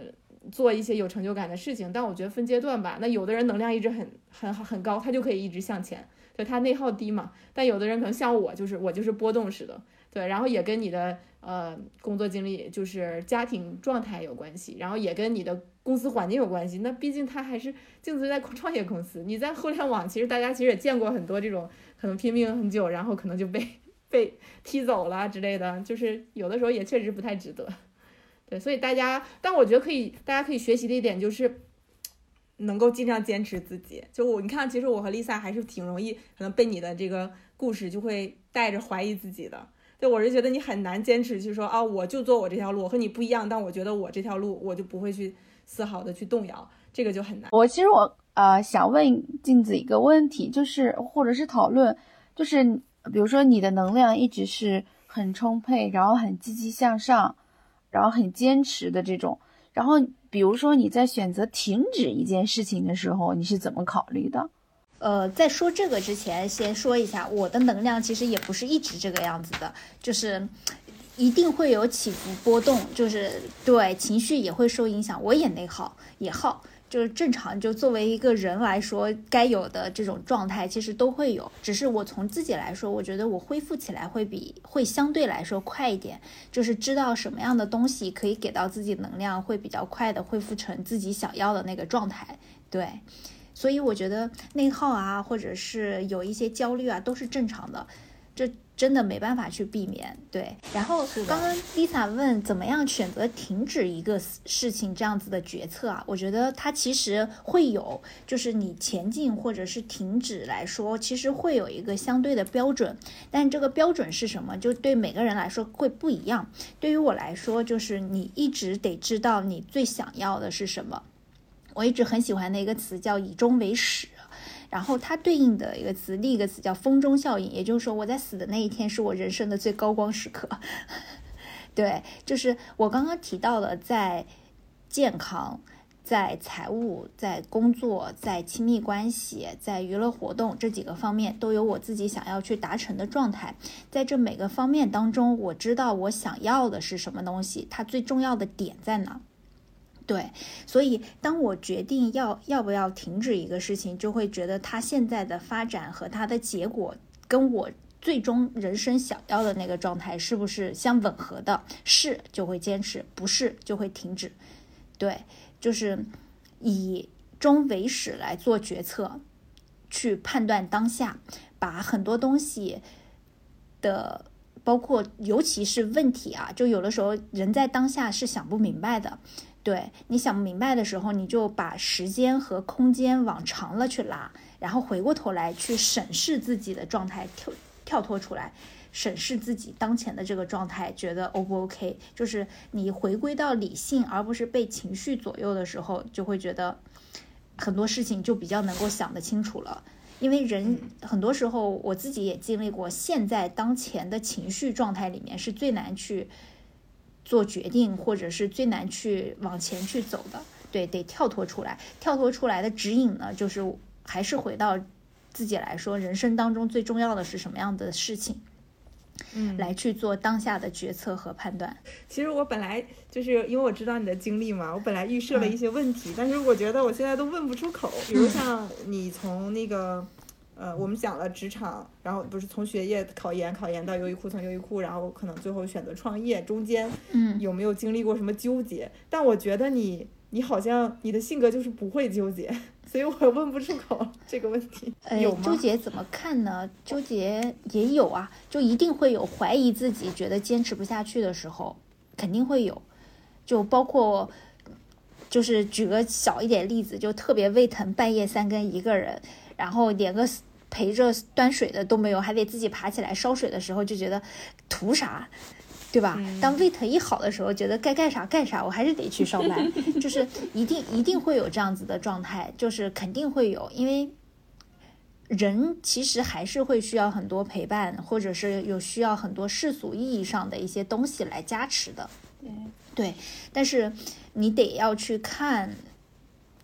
做一些有成就感的事情。但我觉得分阶段吧，那有的人能量一直很很很高，他就可以一直向前，对，他内耗低嘛。但有的人可能像我，就是我就是波动式的，对，然后也跟你的呃工作经历，就是家庭状态有关系，然后也跟你的公司环境有关系。那毕竟他还是镜子在创业公司，你在互联网，其实大家其实也见过很多这种可能拼命很久，然后可能就被被踢走了之类的，就是有的时候也确实不太值得。对，所以大家，但我觉得可以，大家可以学习的一点就是能够尽量坚持自己。就我，你看，其实我和 Lisa 还是挺容易，可能被你的这个故事就会带着怀疑自己的。对，我是觉得你很难坚持去说啊，我就做我这条路，我和你不一样，但我觉得我这条路我就不会去丝毫的去动摇，这个就很难。 我其实我呃想问镜子一个问题，就是或者是讨论，就是比如说你的能量一直是很充沛，然后很积极向上，然后很坚持的这种，然后比如说你在选择停止一件事情的时候，你是怎么考虑的？ 呃，在说这个之前，先说一下我的能量其实也不是一直这个样子的，就是一定会有起伏波动，就是对情绪也会受影响，我也内耗也耗，就是正常，就作为一个人来说，该有的这种状态其实都会有，只是我从自己来说，我觉得我恢复起来会比会相对来说快一点，就是知道什么样的东西可以给到自己能量，会比较快的恢复成自己想要的那个状态，对。所以我觉得内耗啊，或者是有一些焦虑啊，都是正常的，这真的没办法去避免。对，然后刚刚 Lisa 问怎么样选择停止一个事情这样子的决策啊，我觉得它其实会有，就是你前进或者是停止来说，其实会有一个相对的标准，但这个标准是什么，就对每个人来说会不一样。对于我来说，就是你一直得知道你最想要的是什么。我一直很喜欢的一个词叫以终为始，然后它对应的一个词，另一个词叫风中效应，也就是说我在死的那一天是我人生的最高光时刻。对，就是我刚刚提到的，在健康、在财务、在工作、在亲密关系、在娱乐活动这几个方面都有我自己想要去达成的状态，在这每个方面当中，我知道我想要的是什么东西，它最重要的点在哪。对，所以当我决定要要不要停止一个事情，就会觉得它现在的发展和它的结果跟我最终人生想要的那个状态是不是相吻合的，是就会坚持，不是就会停止。对，就是以终为始来做决策，去判断当下，把很多东西的包括尤其是问题啊，就有的时候人在当下是想不明白的，对，你想不明白的时候，你就把时间和空间往长了去拉，然后回过头来去审视自己的状态，跳跳脱出来审视自己当前的这个状态，觉得 O 不 OK， 就是你回归到理性而不是被情绪左右的时候，就会觉得很多事情就比较能够想得清楚了。因为人很多时候我自己也经历过，现在当前的情绪状态里面是最难去做决定，或者是最难去往前去走的。对，得跳脱出来，跳脱出来的指引呢，就是还是回到自己来说，人生当中最重要的是什么样的事情，嗯，来去做当下的决策和判断。 其实我本来就是因为我知道你的经历嘛，我本来预设了一些问题，嗯、但是我觉得我现在都问不出口。比如像你从那个。呃，我们讲了职场，然后不是从学业考研，考研到优衣库，从优衣库，然后可能最后选择创业，中间，嗯，有没有经历过什么纠结？但我觉得你，你好像你的性格就是不会纠结，所以我问不出口这个问题。有吗？ 纠结怎么看呢？纠结也有啊，就一定会有怀疑自己，觉得坚持不下去的时候，肯定会有，就包括。就是举个小一点例子，就特别胃疼，半夜三更一个人，然后连个陪着端水的都没有，还得自己爬起来烧水的时候，就觉得图啥，对吧？嗯、当胃疼一好的时候，觉得该干啥干啥，我还是得去上班，就是一定一定会有这样子的状态，就是肯定会有，因为人其实还是会需要很多陪伴，或者是有需要很多世俗意义上的一些东西来加持的。对，但是你得要去看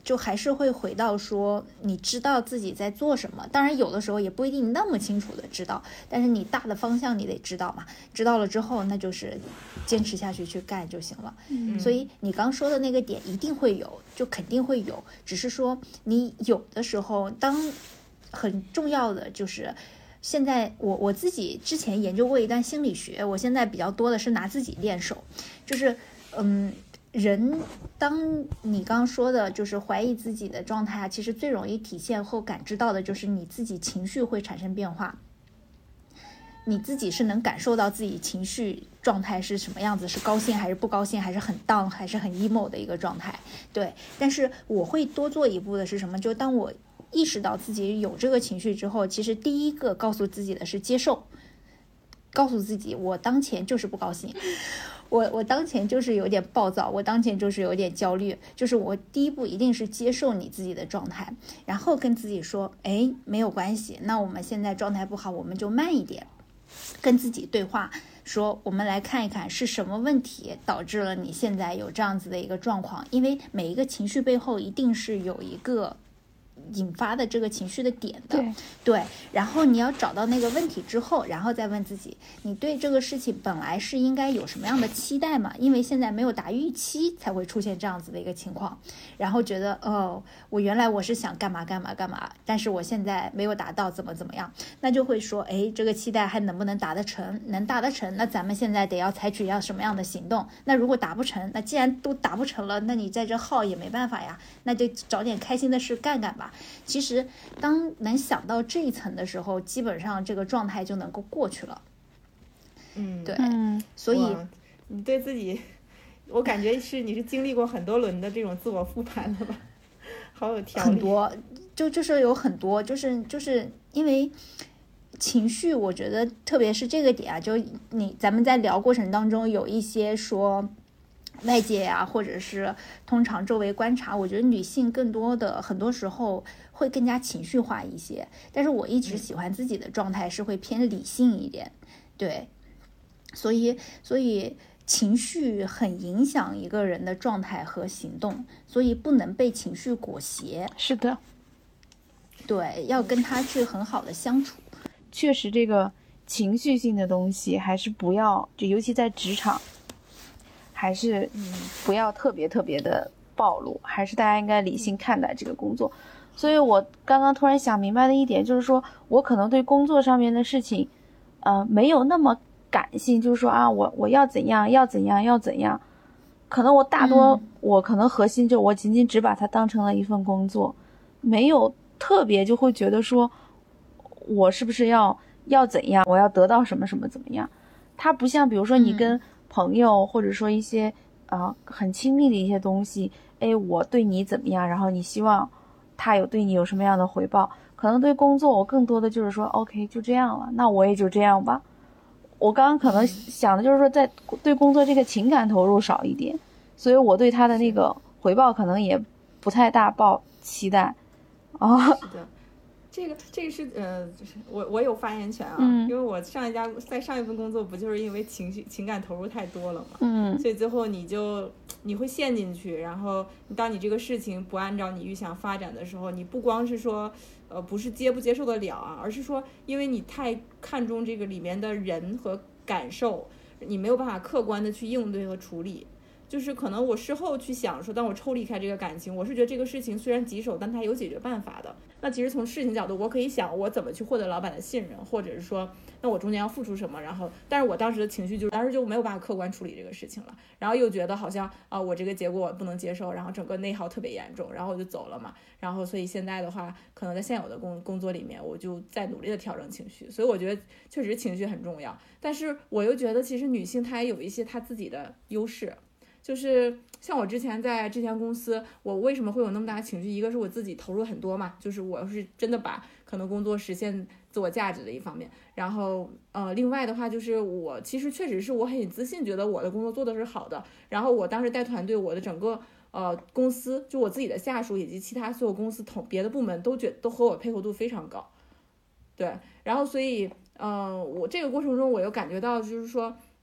就还是会回到说你知道自己在做什么，当然有的时候也不一定那么清楚的知道，但是你大的方向你得知道嘛，知道了之后那就是坚持下去去干就行了。 嗯所以你刚说的那个点一定会有，就肯定会有，只是说你有的时候当很重要的就是现在我我自己之前研究过一段心理学，我现在比较多的是拿自己练手，就是嗯，人当你刚刚说的就是怀疑自己的状态啊，其实最容易体现或感知到的就是你自己情绪会产生变化，你自己是能感受到自己情绪状态是什么样子，是高兴还是不高兴，还是很 down 还是很 emo 的一个状态。对，但是我会多做一步的是什么，就当我意识到自己有这个情绪之后，其实第一个告诉自己的是接受，告诉自己我当前就是不高兴，我我当前就是有点暴躁，我当前就是有点焦虑，就是我第一步一定是接受你自己的状态，然后跟自己说，哎，没有关系，那我们现在状态不好，我们就慢一点，跟自己对话，说我们来看一看是什么问题导致了你现在有这样子的一个状况，因为每一个情绪背后一定是有一个引发的这个情绪的点的， 对对，然后你要找到那个问题之后，然后再问自己，你对这个事情本来是应该有什么样的期待嘛？因为现在没有达预期，才会出现这样子的一个情况。然后觉得，哦，我原来我是想干嘛干嘛干嘛，但是我现在没有达到，怎么怎么样？那就会说，哎，这个期待还能不能达得成？能达得成，那咱们现在得要采取要什么样的行动？那如果达不成，那既然都达不成了，那你在这耗也没办法呀，那就找点开心的事干干吧。其实当能想到这一层的时候，基本上这个状态就能够过去了。 嗯， 对， 嗯， 所以哇你对自己，我感觉是你是经历过很多轮的这种自我复盘了吧？好有条理。 很多，就就是有很多，就是就是因为情绪，我觉得特别是这个点啊，就你咱们在聊过程当中有一些说外界呀、或者是通常周围观察，我觉得女性更多的很多时候会更加情绪化一些，但是我一直喜欢自己的状态是会偏理性一点，对，所以所以情绪很影响一个人的状态和行动，所以不能被情绪裹挟， 是的， 对，要跟他去很好的相处。 确实这个情绪性的东西还是不要，就尤其在职场，还是不要特别特别的暴露，还是大家应该理性看待这个工作。所以我刚刚突然想明白的一点就是说，我可能对工作上面的事情呃，没有那么感性，就是说啊，我我要怎样要怎样要怎样，可能我大多、嗯、我可能核心就我仅仅只把它当成了一份工作，没有特别就会觉得说我是不是要要怎样，我要得到什么什么怎么样。它不像比如说你跟朋友、嗯、或者说一些呃很亲密的一些东西，哎，我对你怎么样，然后你希望他有对你有什么样的回报。可能对工作我更多的就是说 OK 就这样了，那我也就这样吧。我刚刚可能想的就是说在对工作这个情感投入少一点，所以我对他的那个回报可能也不太大抱期待啊。 是的，这个这个是呃，就是我我有发言权啊、 嗯， 因为我上一家在上一份工作不就是因为情绪情感投入太多了嘛， 嗯， 所以最后你就你会陷进去，然后当你这个事情不按照你预想发展的时候，你不光是说呃不是接不接受得了啊，而是说因为你太看重这个里面的人和感受，你没有办法客观的去应对和处理。就是可能我事后去想说，当我抽离开这个感情，我是觉得这个事情虽然棘手，但它有解决办法的。那其实从事情角度，我可以想我怎么去获得老板的信任，或者是说那我中间要付出什么，然后但是我当时的情绪就是当时就没有办法客观处理这个事情了，然后又觉得好像啊、呃、我这个结果我不能接受，然后整个内耗特别严重，然后我就走了嘛。然后所以现在的话，可能在现有的工工作里面，我就在努力的调整情绪。所以我觉得确实情绪很重要，但是我又觉得其实女性她也有一些她自己的优势。就是像我之前在之前公司，我为什么会有那么大的情绪？一个是我自己投入很多嘛，就是我是真的把可能工作实现自我价值的一方面。然后呃，另外的话就是我其实确实是我很自信，觉得我的工作做的是好的。然后我当时带团队，我的整个呃公司，就我自己的下属以及其他所有公司同别的部门都觉都和我配合度非常高。对，然后所以嗯、呃，我这个过程中我又感觉到就是说。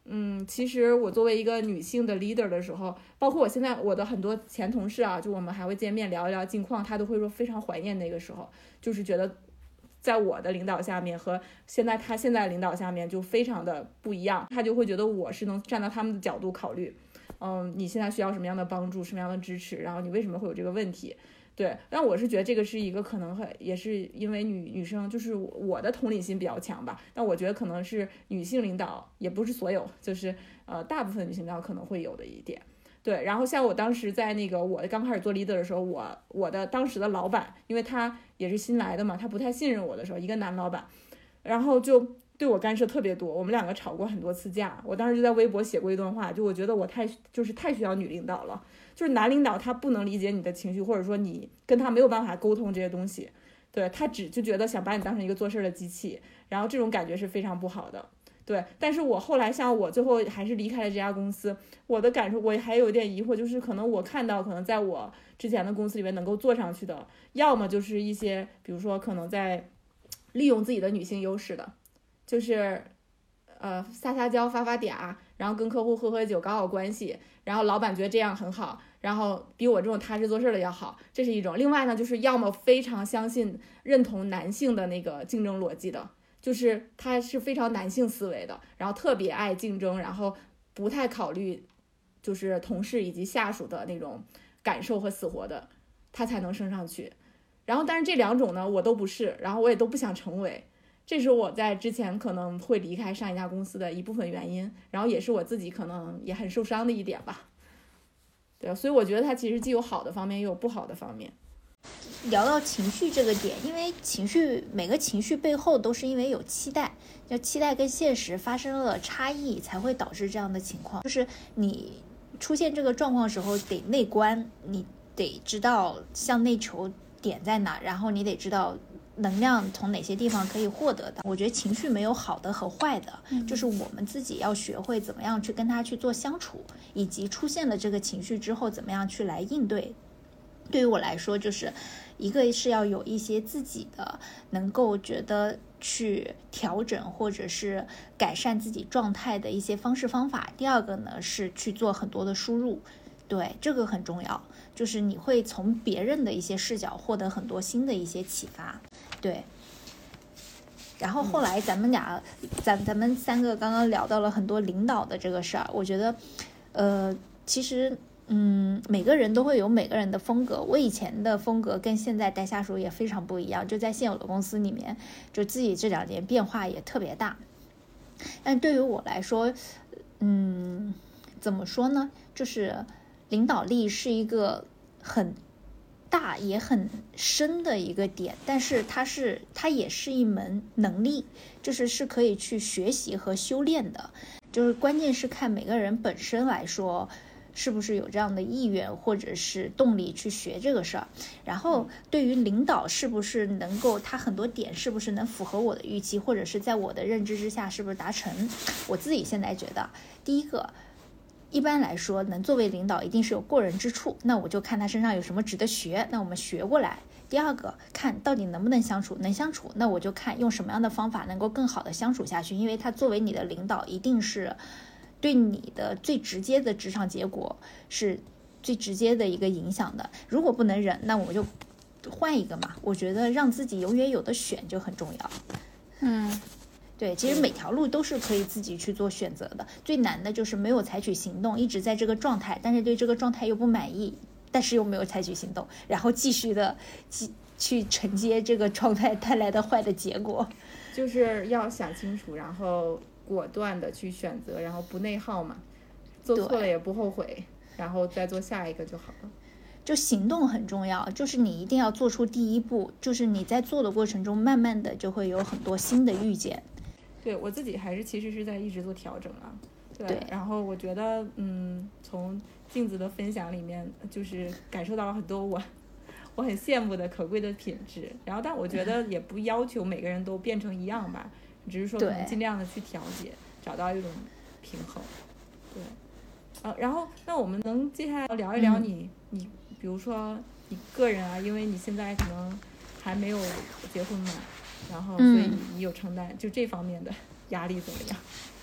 嗯，其实我作为一个女性的 leader 的时候，包括我现在我的很多前同事啊，就我们还会见面聊一聊近况，他都会说非常怀念那个时候，就是觉得在我的领导下面和现在他现在领导下面就非常的不一样，他就会觉得我是能站到他们的角度考虑，嗯，你现在需要什么样的帮助，什么样的支持，然后你为什么会有这个问题。对，但我是觉得这个是一个可能很也是因为女女生就是我的同理心比较强吧，但我觉得可能是女性领导也不是所有，就是呃大部分女性领导可能会有的一点。对，然后像我当时在那个我刚开始做 leader 的时候，我我的当时的老板，因为他也是新来的嘛，他不太信任我的时候，一个男老板，然后就对我干涉特别多，我们两个吵过很多次架。我当时就在微博写过一段话，就我觉得我太就是太需要女领导了，就是男领导他不能理解你的情绪，或者说你跟他没有办法沟通这些东西，对，他只就觉得想把你当成一个做事的机器，然后这种感觉是非常不好的。对，但是我后来像我最后还是离开了这家公司，我的感受我还有一点疑惑，就是可能我看到可能在我之前的公司里面能够做上去的，要么就是一些比如说可能在利用自己的女性优势的，就是呃撒撒娇发发嗲，然后跟客户喝喝酒搞好关系，然后老板觉得这样很好，然后比我这种踏实做事的要好，这是一种。另外呢，就是要么非常相信认同男性的那个竞争逻辑的，就是他是非常男性思维的，然后特别爱竞争，然后不太考虑就是同事以及下属的那种感受和死活的，他才能升上去。然后但是这两种呢我都不是，然后我也都不想成为，这是我在之前可能会离开上一家公司的一部分原因，然后也是我自己可能也很受伤的一点吧。对，所以我觉得它其实既有好的方面，又有不好的方面。 聊到情绪这个点，因为情绪每个情绪背后都是因为有期待，就期待跟现实发生了差异，才会导致这样的情况。就是你出现这个状况的时候得内观，你得知道向内求点在哪，然后你得知道能量从哪些地方可以获得的。我觉得情绪没有好的和坏的，嗯、就是我们自己要学会怎么样去跟它去做相处，以及出现了这个情绪之后怎么样去来应对。对于我来说，就是一个是要有一些自己的能够觉得去调整或者是改善自己状态的一些方式方法，第二个呢是去做很多的输入，对，这个很重要，就是你会从别人的一些视角获得很多新的一些启发。对，然后后来咱们俩咱咱们三个刚刚聊到了很多领导的这个事儿，我觉得呃其实嗯，每个人都会有每个人的风格。我以前的风格跟现在带下属也非常不一样，就在现有的公司里面，就自己这两年变化也特别大。但对于我来说，嗯，怎么说呢？就是领导力是一个很大也很深的一个点，但是它是它也是一门能力，就是是可以去学习和修炼的。就是关键是看每个人本身来说，是不是有这样的意愿或者是动力去学这个事儿。然后对于领导是不是能够他很多点是不是能符合我的预期，或者是在我的认知之下是不是达成，我自己现在觉得第一个一般来说能作为领导一定是有过人之处，那我就看他身上有什么值得学，那我们学过来。第二个看到底能不能相处，能相处那我就看用什么样的方法能够更好的相处下去，因为他作为你的领导一定是对你的最直接的职场结果是最直接的一个影响的。如果不能忍，那我们就换一个嘛。我觉得让自己永远有的选就很重要。 嗯， 对，其实每条路都是可以自己去做选择的，最难的就是没有采取行动，一直在这个状态，但是对这个状态又不满意，但是又没有采取行动，然后继续的去承接这个状态带来的坏的结果。 就是要想清楚，然后果断的去选择，然后不内耗嘛，做错了也不后悔，然后再做下一个就好了。 就行动很重要，就是你一定要做出第一步，就是你在做的过程中慢慢的就会有很多新的遇见。 对，我自己还是其实是在一直做调整啊。 对, 对， 然后我觉得嗯从镜子的分享里面就是感受到了很多我我很羡慕的可贵的品质，然后但我觉得也不要求每个人都变成一样吧，只是说可能尽量的去调节，找到一种平衡。对，呃，然后那我们能接下来聊一聊你、嗯、你比如说你个人啊，因为你现在可能还没有结婚嘛，然后所以你有承担、嗯、就这方面的压力怎么样？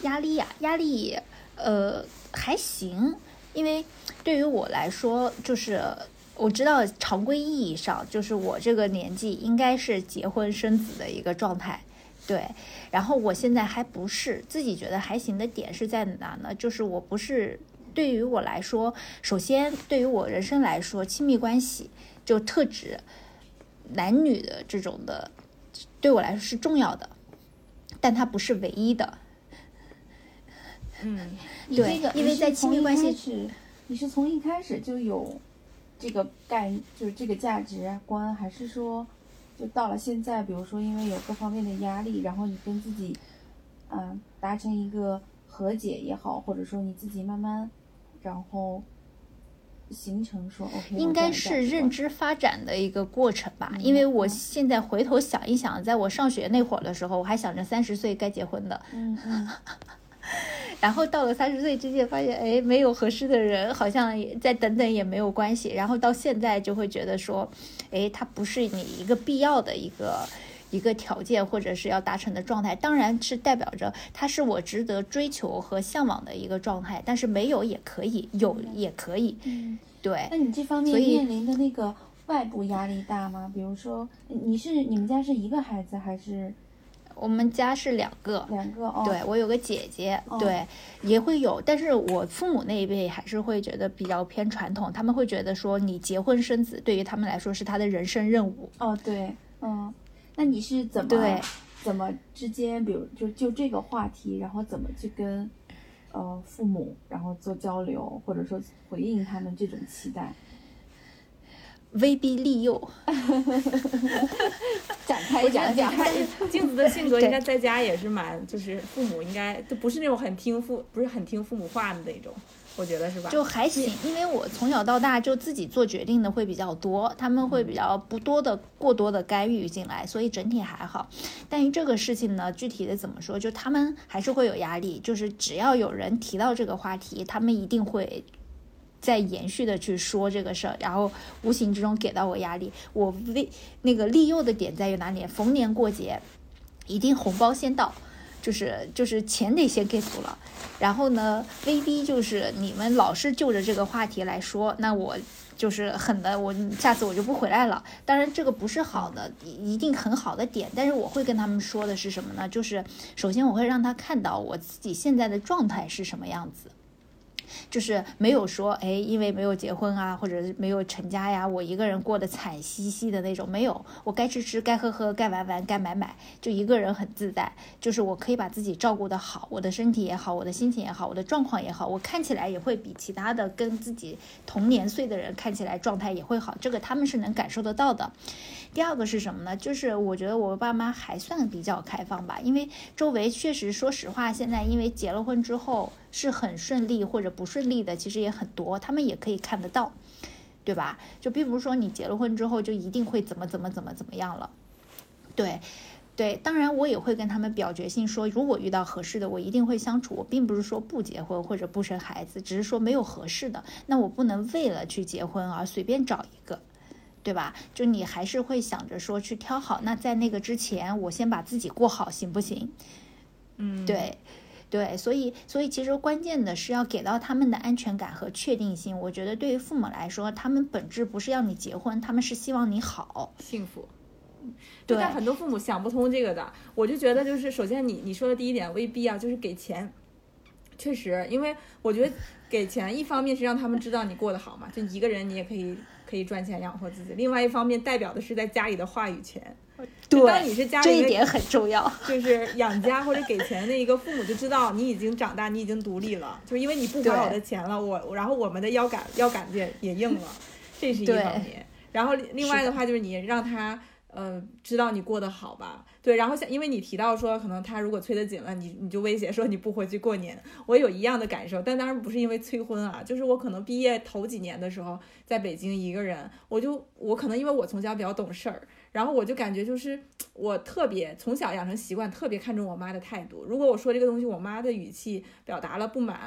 压力呀、压力，呃，还行，因为对于我来说，就是我知道常规意义上，就是我这个年纪应该是结婚生子的一个状态，对。然后我现在还不是，自己觉得还行的点是在哪呢？就是我不是，对于我来说，首先对于我人生来说，亲密关系就特指男女的这种的，对我来说是重要的，但它不是唯一的。 嗯， 你这个对因为在亲密关系你是从一开始，你是从一开始就有这个概，就是这个价值观，还是说就到了现在，比如说因为有各方面的压力，然后你跟自己嗯、呃达成一个和解也好，或者说你自己慢慢然后形成说 OK， 应该是认知发展的一个过程吧。因为我现在回头想一想，在我上学那会儿的时候，我还想着三十岁该结婚的， 嗯嗯。 然后到了三十岁之间，发现哎，没有合适的人，好像也再等等也没有关系。然后到现在就会觉得说，哎，它不是你一个必要的一个一个条件，或者是要达成的状态。当然是代表着它是我值得追求和向往的一个状态，但是没有也可以，有也可以。 嗯， 对。 那你这方面所以面临的那个外部压力大吗？比如说，你是你们家是一个孩子还是？ 我们家是两个， 两个哦。 对，我有个姐姐， 哦、 对，也会有，但是我父母那一辈还是会觉得比较偏传统，他们会觉得说你结婚生子对于他们来说是他的人生任务。 哦，对，嗯，那你是怎么对怎么之间，比如就就这个话题，然后怎么去跟呃父母然后做交流，或者说回应他们这种期待？ 威逼利诱， 展开讲讲。 镜子的性格应该在家也是蛮，就是父母应该都不是那种很听父，不是很听父母话的那种，我觉得是吧？ 就还行，因为我从小到大就自己做决定的会比较多，他们会比较不多的过多的干预进来，所以整体还好。但于这个事情呢，具体的怎么说，就他们还是会有压力，就是只要有人提到这个话题，他们一定会在延续的去说这个事儿，然后无形之中给到我压力。我为那个利诱的点在于哪里？逢年过节一定红包先到，就是就是钱得先给足了，然后呢威逼就是你们老是就着这个话题来说，那我就是狠的，我下次我就不回来了。当然这个不是好的，一定很好的点，但是我会跟他们说的是什么呢？就是首先我会让他看到我自己现在的状态是什么样子，就是没有说哎，因为没有结婚啊，或者没有成家呀，我一个人过得惨兮兮的那种，没有，我该吃吃，该喝喝，该玩玩，该买买，就一个人很自在，就是我可以把自己照顾得好，我的身体也好，我的心情也好，我的状况也好，我看起来也会比其他的跟自己同年岁的人看起来状态也会好，这个他们是能感受得到的。第二个是什么呢？就是我觉得我爸妈还算比较开放吧，因为周围确实说实话，现在因为结了婚之后是很顺利或者不顺利的其实也很多，他们也可以看得到，对吧？就并不是说你结了婚之后就一定会怎么怎么怎么怎么样了。对对，当然我也会跟他们表决心说，如果遇到合适的我一定会相处，我并不是说不结婚或者不生孩子，只是说没有合适的，那我不能为了去结婚而随便找一个，对吧？就你还是会想着说去挑好，那在那个之前我先把自己过好行不行？ 嗯， 对对，所以所以其实关键的是要给到他们的安全感和确定性。我觉得对于父母来说，他们本质不是要你结婚，他们是希望你好幸福。 对， 但很多父母想不通这个的。我就觉得就是首先你你说的第一点威逼啊，就是给钱。确实，因为我觉得给钱一方面是让他们知道你过得好嘛，就一个人你也可以可以赚钱养活自己，另外一方面代表的是在家里的话语权。 对， 当你是家里这一点很重要， 就是养家或者给钱的一个父母就知道你已经长大，你已经独立了，就是因为你不花我的钱了，我然后我们的腰杆腰杆也也硬了，这是一方面。然后另外的话就是你让他呃知道你过得好吧，对，然后像因为你提到说可能他如果催得紧了，你你就威胁说你不回去过年，我有一样的感受，但当然不是因为催婚啊，就是我可能毕业头几年的时候在北京一个人，我就我可能因为我从小比较懂事儿，然后我就感觉就是我特别从小养成习惯，特别看重我妈的态度，如果我说这个东西我妈的语气表达了不满，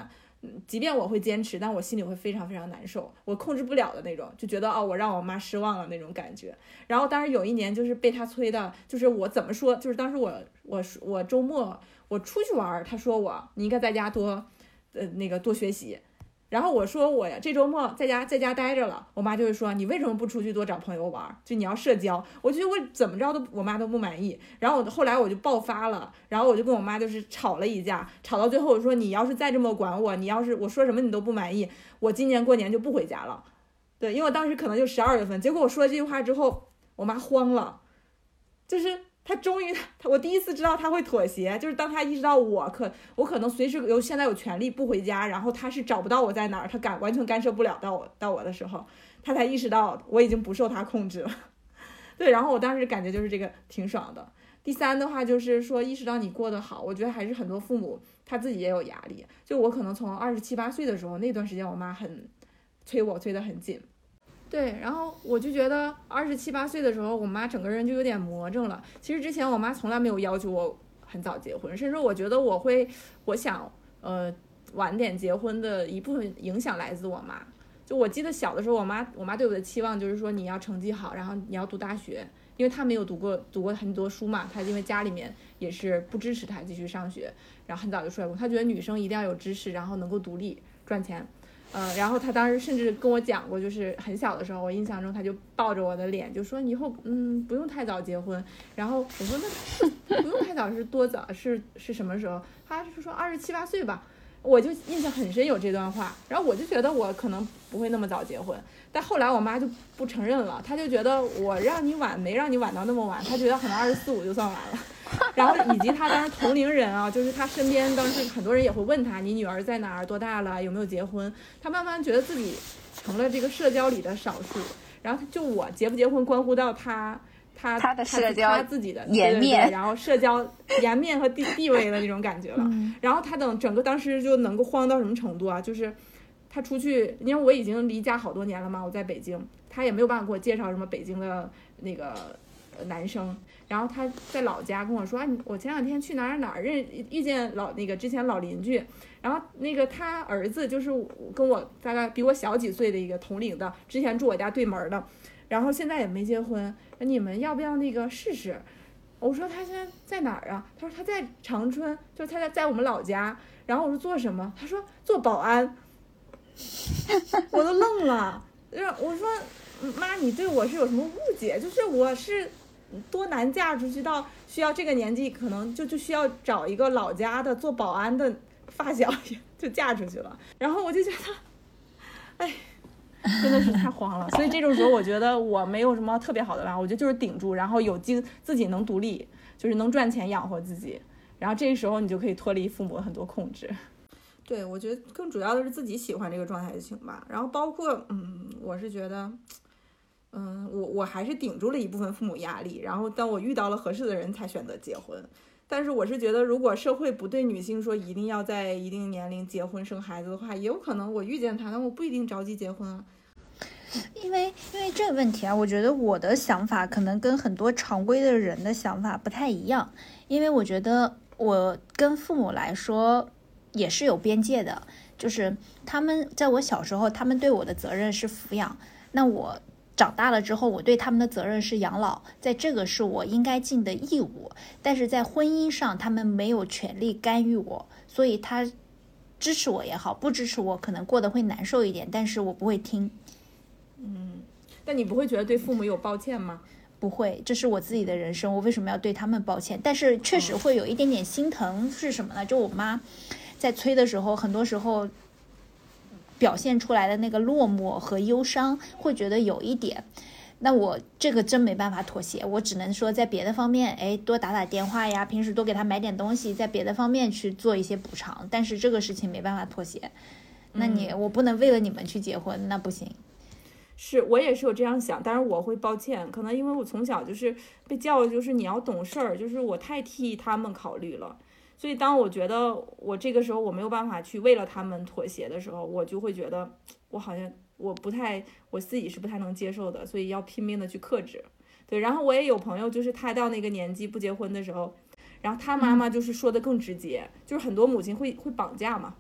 即便我会坚持，但我心里会非常非常难受，我控制不了的那种，就觉得哦，我让我妈失望了那种感觉。然后当时有一年就是被她催的，就是我怎么说，就是当时我我我周末我出去玩，她说我你应该在家多呃那个多学习。然后我说我呀，这周末在家在家待着了，我妈就会说你为什么不出去多找朋友玩？就你要社交。我觉得我怎么着都我妈都不满意。然后我后来我就爆发了，然后我就跟我妈就是吵了一架，吵到最后我说你要是再这么管我，你要是我说什么你都不满意，我今年过年就不回家了。对，因为我当时可能就十二月份，结果我说了这句话之后，我妈慌了，就是他终于，我第一次知道他会妥协，就是当他意识到我可我可能随时有现在有权利不回家，然后他是找不到我在哪儿，他感完全干涉不了到我到我的时候，他才意识到我已经不受他控制了。对，然后我当时感觉就是这个挺爽的。第三的话就是说意识到你过得好，我觉得还是很多父母他自己也有压力。就我可能从二十七八岁的时候那段时间，我妈很催我催得很紧。对，然后我就觉得二十七八岁的时候，我妈整个人就有点魔怔了。其实之前我妈从来没有要求我很早结婚，甚至我觉得我会，我想呃晚点结婚的一部分影响来自我妈。就我记得小的时候，我妈我妈对我的期望就是说你要成绩好，然后你要读大学，因为她没有读过读过很多书嘛，她因为家里面也是不支持她继续上学，然后很早就出来工作，她觉得女生一定要有知识，然后能够独立赚钱。呃，然后他当时甚至跟我讲过，就是很小的时候，我印象中他就抱着我的脸就说你以后嗯不用太早结婚。然后我说那不用太早是多早是是什么时候？他是说二十七八岁吧。我就印象很深有这段话，然后我就觉得我可能不会那么早结婚，但后来我妈就不承认了，她就觉得我让你晚没让你晚到那么晚，她觉得可能二十四五就算晚了。然后以及她当时同龄人啊，就是她身边当时很多人也会问她你女儿在哪儿多大了有没有结婚，她慢慢觉得自己成了这个社交里的少数，然后就我结不结婚关乎到她他他的社交他自己的颜面， 对对对，然后社交颜面和地地位的那种感觉了。 嗯、 然后他等整个当时就能够慌到什么程度啊？就是他出去，因为我已经离家好多年了嘛，我在北京，他也没有办法给我介绍什么北京的那个男生。然后他在老家跟我说啊，我前两天去哪儿哪儿认遇见老那个之前老邻居，然后那个他儿子就是跟我大概比我小几岁的一个同龄的，之前住我家对门的。然后现在也没结婚，你们要不要那个试试？我说他现在在哪儿啊？他说他在长春，就是他在在我们老家。然后我说做什么？他说做保安。我都愣了。我说妈，你对我是有什么误解？就是我是多难嫁出去到需要这个年纪，可能就就需要找一个老家的做保安的发小就嫁出去了。然后我就觉得，哎。真的是太慌了，所以这种时候我觉得我没有什么特别好的办法，我觉得就是顶住，然后有经自己能独立，就是能赚钱养活自己，然后这个时候你就可以脱离父母很多控制。对，我觉得更主要的是自己喜欢这个状态就行吧。然后包括嗯，我是觉得，嗯，我我还是顶住了一部分父母压力，然后当我遇到了合适的人才选择结婚。但是我是觉得，如果社会不对女性说一定要在一定年龄结婚生孩子的话，也有可能我遇见他，但我不一定着急结婚啊。 因为因为这个问题啊，我觉得我的想法可能跟很多常规的人的想法不太一样。因为我觉得我跟父母来说也是有边界的，就是他们在我小时候，他们对我的责任是抚养，那我长大了之后，我对他们的责任是养老，在这个是我应该尽的义务。但是在婚姻上，他们没有权利干预我，所以他支持我也好，不支持我可能过得会难受一点，但是我不会听。 嗯，但你不会觉得对父母有抱歉吗？ 不会，这是我自己的人生，我为什么要对他们抱歉？但是确实会有一点点心疼，是什么呢？就我妈在催的时候，很多时候表现出来的那个落寞和忧伤，会觉得有一点。那我这个真没办法妥协，我只能说在别的方面，哎，多打打电话呀，平时多给他买点东西，在别的方面去做一些补偿。但是这个事情没办法妥协。那你、嗯、我不能为了你们去结婚，那不行。 是我也是有这样想，但是我会抱歉，可能因为我从小就是被教育，就是你要懂事儿，就是我太替他们考虑了。所以当我觉得我这个时候我没有办法去为了他们妥协的时候，我就会觉得我好像我不太我自己是不太能接受的，所以要拼命的去克制。对，然后我也有朋友，就是他到那个年纪不结婚的时候，然后他妈妈就是说的更直接，就是很多母亲会会绑架嘛，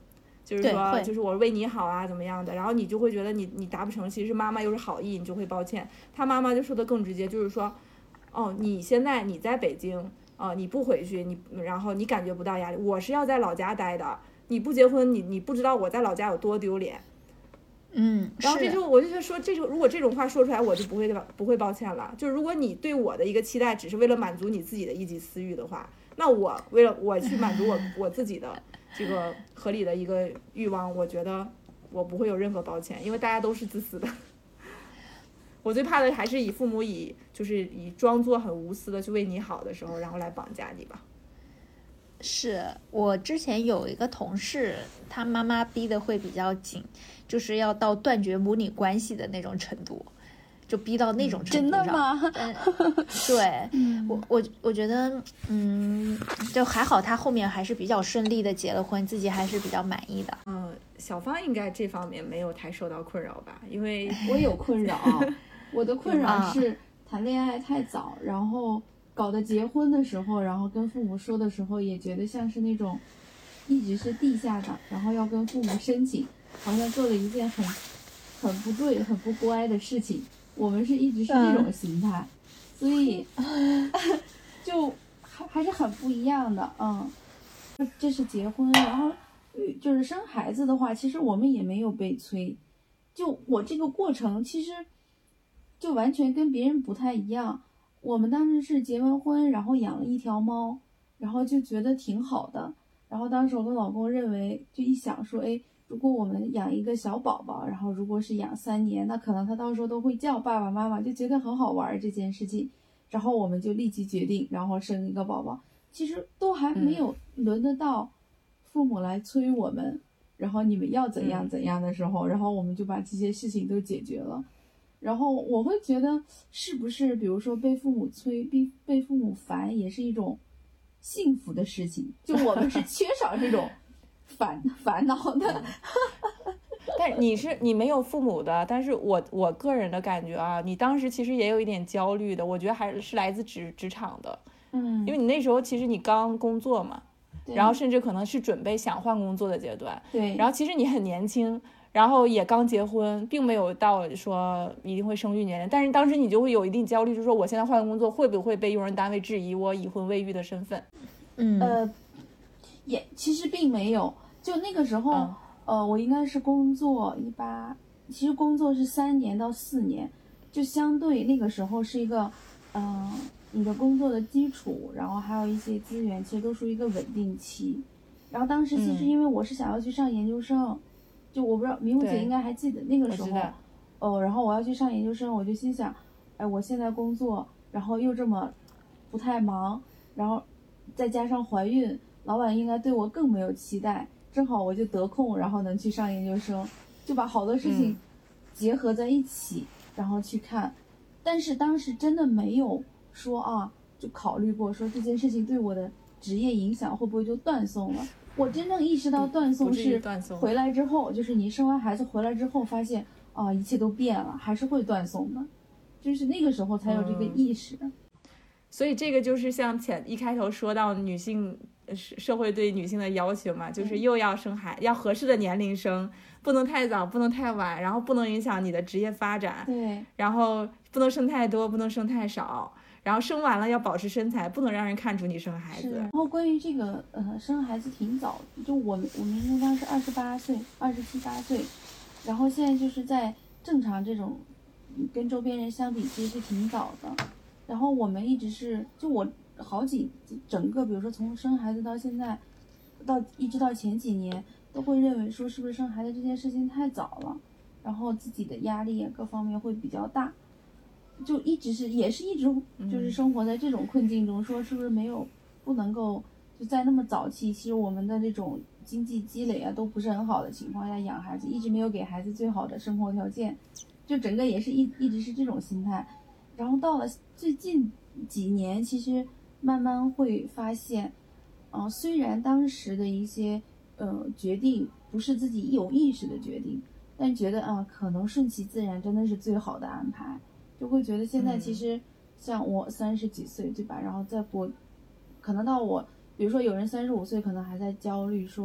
就是说就是我为你好啊怎么样的，然后你就会觉得你你达不成，其实妈妈又是好意，你就会抱歉。他妈妈就说的更直接，就是说哦你现在你在北京呃你不回去，你然后你感觉不到压力，我是要在老家待的，你不结婚你你不知道我在老家有多丢脸。 嗯， 然后这就我就说这种如果这种话说出来我就不会不会抱歉了，就是如果你对我的一个期待只是为了满足你自己的一己私欲的话，那我为了我去满足我我自己的这个合理的一个欲望，我觉得我不会有任何抱歉，因为大家都是自私的。我最怕的还是以父母以就是以装作很无私的去为你好的时候，然后来绑架你吧。 是我之前有一个同事，他妈妈逼得会比较紧，就是要到断绝母女关系的那种程度，就逼到那种程度上。 真的吗？ 对，嗯、我我我觉得，嗯，就还好，他后面还是比较顺利的结了婚，自己还是比较满意的。 嗯，小芳应该这方面没有太受到困扰吧？因为我有困扰，我的困扰是谈恋爱太早，然后搞得结婚的时候，然后跟父母说的时候，也觉得像是那种一直是地下党，然后要跟父母申请，好像做了一件很很不对、很不乖的事情。我们是一直是这种心态，嗯、所以就还还是很不一样的。嗯，这是结婚，然后就是生孩子的话，其实我们也没有被催。就我这个过程，其实就完全跟别人不太一样。我们当时是结完婚，然后养了一条猫，然后就觉得挺好的。然后当时我跟老公认为，就一想说，哎，如果我们养一个小宝宝，然后如果是养三年，那可能他到时候都会叫爸爸妈妈，就觉得很好玩这件事情。然后我们就立即决定，然后生一个宝宝。其实都还没有轮得到父母来催我们，嗯、然后你们要怎样怎样的时候，嗯、然后我们就把这些事情都解决了。然后我会觉得，是不是比如说被父母催、被被父母烦，也是一种幸福的事情？就我们是缺少这种烦烦恼的。 但你是你没有父母的，但是我我个人的感觉啊，你当时其实也有一点焦虑的，我觉得还是来自职职场的， 嗯， 因为你那时候其实你刚工作嘛，然后甚至可能是准备想换工作的阶段， 对， 然后其实你很年轻。然后也刚结婚，并没有到说一定会生育年龄，但是当时你就会有一定焦虑，就是说我现在换工作会不会被用人单位质疑我已婚未育的身份？ 嗯， 呃，也其实并没有，就那个时候， 嗯、 呃，我应该是工作一八，其实工作是三年到四年，就相对那个时候是一个，嗯、呃，你的工作的基础，然后还有一些资源，其实都属于一个稳定期。然后当时其实因为我是想要去上研究生。嗯就我不知道明慧姐应该还记得那个时候，哦，然后我要去上研究生，我就心想，哎，我现在工作，然后又这么不太忙，然后再加上怀孕，老板应该对我更没有期待，正好我就得空，然后能去上研究生，就把好多事情结合在一起，嗯、然后去看。但是当时真的没有说啊，就考虑过说这件事情对我的职业影响会不会就断送了。我真正意识到断送是回来之后，就是你生完孩子回来之后，发现啊，一切都变了，还是会断送的，就是那个时候才有这个意识。 嗯、所以这个就是像前一开头说到女性社会对女性的要求嘛，就是又要生孩，要合适的年龄生，不能太早，不能太晚，然后不能影响你的职业发展， 对， 然后不能生太多，不能生太少。然后生完了要保持身材，不能让人看出你生孩子。 然后关于这个呃生孩子挺早的，就我我们应当是二十八岁、二十七八岁，然后现在就是在正常这种跟周边人相比，其实是挺早的。然后我们一直是就我好几整个，比如说从生孩子到现在，到一直到前几年，都会认为说是不是生孩子这件事情太早了，然后自己的压力各方面会比较大。就一直是也是一直就是生活在这种困境中，嗯、说是不是没有不能够就在那么早期，其实我们的这种经济积累啊都不是很好的情况下养孩子，一直没有给孩子最好的生活条件，就整个也是一一直是这种心态。然后到了最近几年，其实慢慢会发现，嗯、呃，虽然当时的一些呃决定不是自己有意识的决定，但觉得啊、呃，可能顺其自然真的是最好的安排。就会觉得现在其实像我三十几岁，对吧？然后再过，可能到我，比如说有人三十五岁，可能还在焦虑说，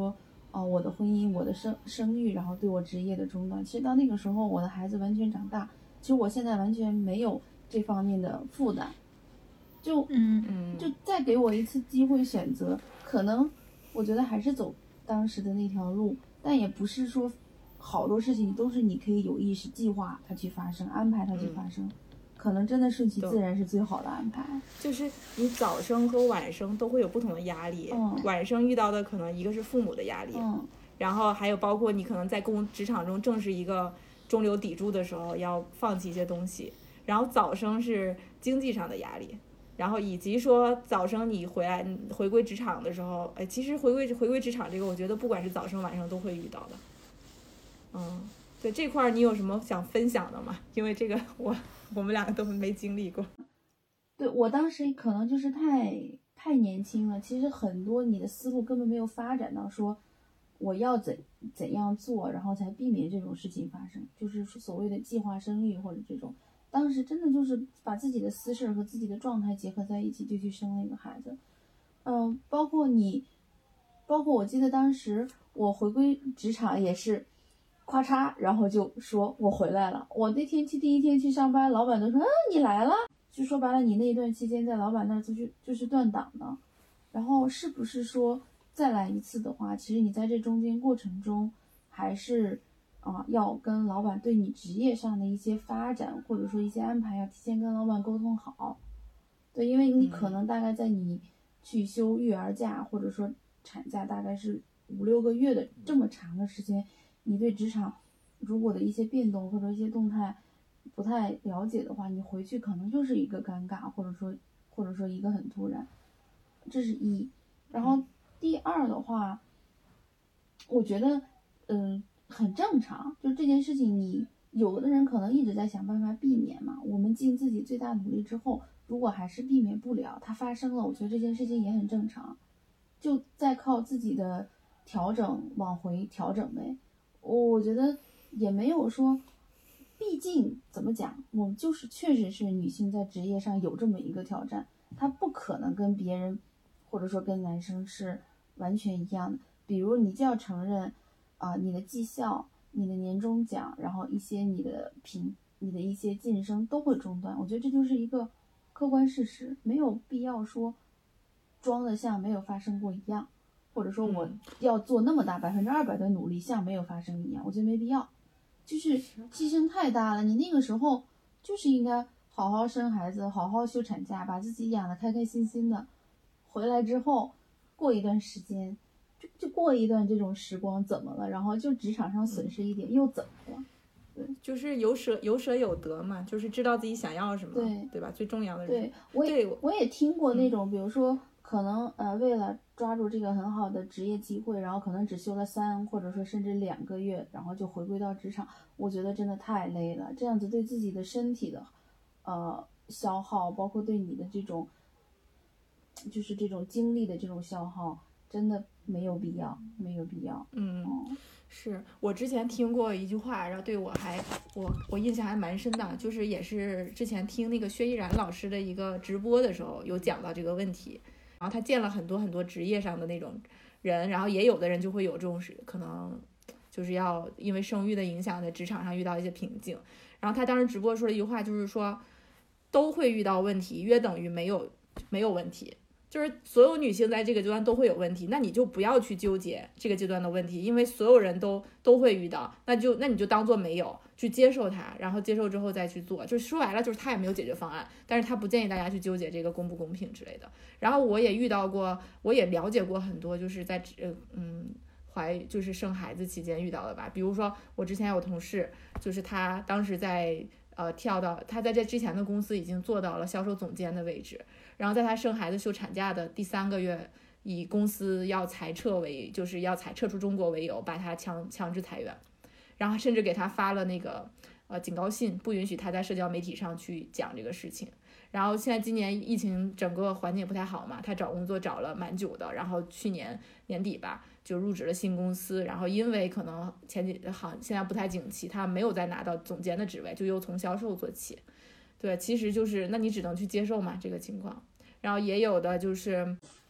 哦、呃，我的婚姻，我的生生育，然后对我职业的中断。其实到那个时候，我的孩子完全长大，其实我现在完全没有这方面的负担。就嗯嗯， 就再给我一次机会选择，可能我觉得还是走当时的那条路，但也不是说好多事情都是你可以有意识计划它去发生，安排它去发生。嗯，可能真的顺其自然是最好的安排。 就是你早生和晚生都会有不同的压力， 嗯， 晚生遇到的可能一个是父母的压力， 嗯， 然后还有包括你可能在工职场中正是一个中流砥柱的时候要放弃一些东西，然后早生是经济上的压力，然后以及说早生你回来回归职场的时候，哎，其实回归回归职场这个我觉得不管是早生晚生都会遇到的。嗯，对，这块你有什么想分享的吗？因为这个我我们两个都没经历过。 对，我当时可能就是太太年轻了，其实很多你的思路根本没有发展到说我要怎怎样做，然后才避免这种事情发生，就是所谓的计划生育或者这种。当时真的就是把自己的私事和自己的状态结合在一起，就去生了一个孩子。嗯，包括你，包括我记得当时我回归职场也是，咔嚓，然后就说我回来了。我那天去第一天去上班，老板都说，嗯，你来了。就说白了，你那一段期间在老板那儿就是就是断档的。然后是不是说再来一次的话，其实你在这中间过程中还是。啊，要跟老板对你职业上的一些发展或者说一些安排要提前跟老板沟通好。对，因为你可能大概在你去休育儿假或者说产假大概是五六个月的这么长的时间，你对职场如果的一些变动或者一些动态不太了解的话，你回去可能就是一个尴尬，或者说或者说一个很突然，这是一。然后第二的话，我觉得嗯。呃很正常，就这件事情你有的人可能一直在想办法避免嘛，我们尽自己最大努力之后，如果还是避免不了它发生了，我觉得这件事情也很正常，就再靠自己的调整往回调整呗。我觉得也没有说，毕竟怎么讲，我们就是确实是女性在职业上有这么一个挑战，她不可能跟别人或者说跟男生是完全一样的，比如你就要承认啊、呃，你的绩效、你的年终奖，然后一些你的评、你的一些晋升都会中断。我觉得这就是一个客观事实，没有必要说装得像没有发生过一样，或者说我要做那么大百分之二百的努力，像没有发生一样。我觉得没必要，就是牺牲太大了。你那个时候就是应该好好生孩子，好好休产假，把自己养得开开心心的。回来之后，过一段时间。就就过一段这种时光怎么了？然后就职场上损失一点、嗯、又怎么了？对， 就是有舍有舍有得嘛，就是知道自己想要什么， 对对吧？最重要的是， 对我也对我也听过那种，嗯、比如说可能呃为了抓住这个很好的职业机会，然后可能只休了三或者说甚至两个月，然后就回归到职场。我觉得真的太累了，这样子对自己的身体的呃消耗，包括对你的这种就是这种精力的这种消耗。真的没有必要，没有必要。 嗯，是我之前听过一句话，然后对我还我我印象还蛮深的，就是也是之前听那个薛逸然老师的一个直播的时候有讲到这个问题，然后他见了很多很多职业上的那种人，然后也有的人就会有这种可能就是要因为生育的影响在职场上遇到一些瓶颈，然后他当时直播说了一句话，就是说都会遇到问题，约等于没有没有问题。就是所有女性在这个阶段都会有问题，那你就不要去纠结这个阶段的问题，因为所有人都都会遇到，那就那你就当做没有，去接受它，然后接受之后再去做。就是说白了，就是他也没有解决方案，但是他不建议大家去纠结这个公不公平之类的。然后我也遇到过，我也了解过很多，就是在呃嗯怀就是生孩子期间遇到的吧。比如说我之前有同事，就是他当时在呃跳到他在这之前的公司已经做到了销售总监的位置。然后在她生孩子休产假的第三个月，以公司要裁撤为，就是要裁撤出中国为由，把她强强制裁员，然后甚至给她发了那个呃警告信，不允许她在社交媒体上去讲这个事情。然后现在今年疫情整个环境不太好嘛，她找工作找了蛮久的，然后去年年底吧就入职了新公司，然后因为可能前几好现在不太景气，她没有再拿到总监的职位，就又从销售做起。对，其实就是那你只能去接受嘛这个情况。然后也有的就是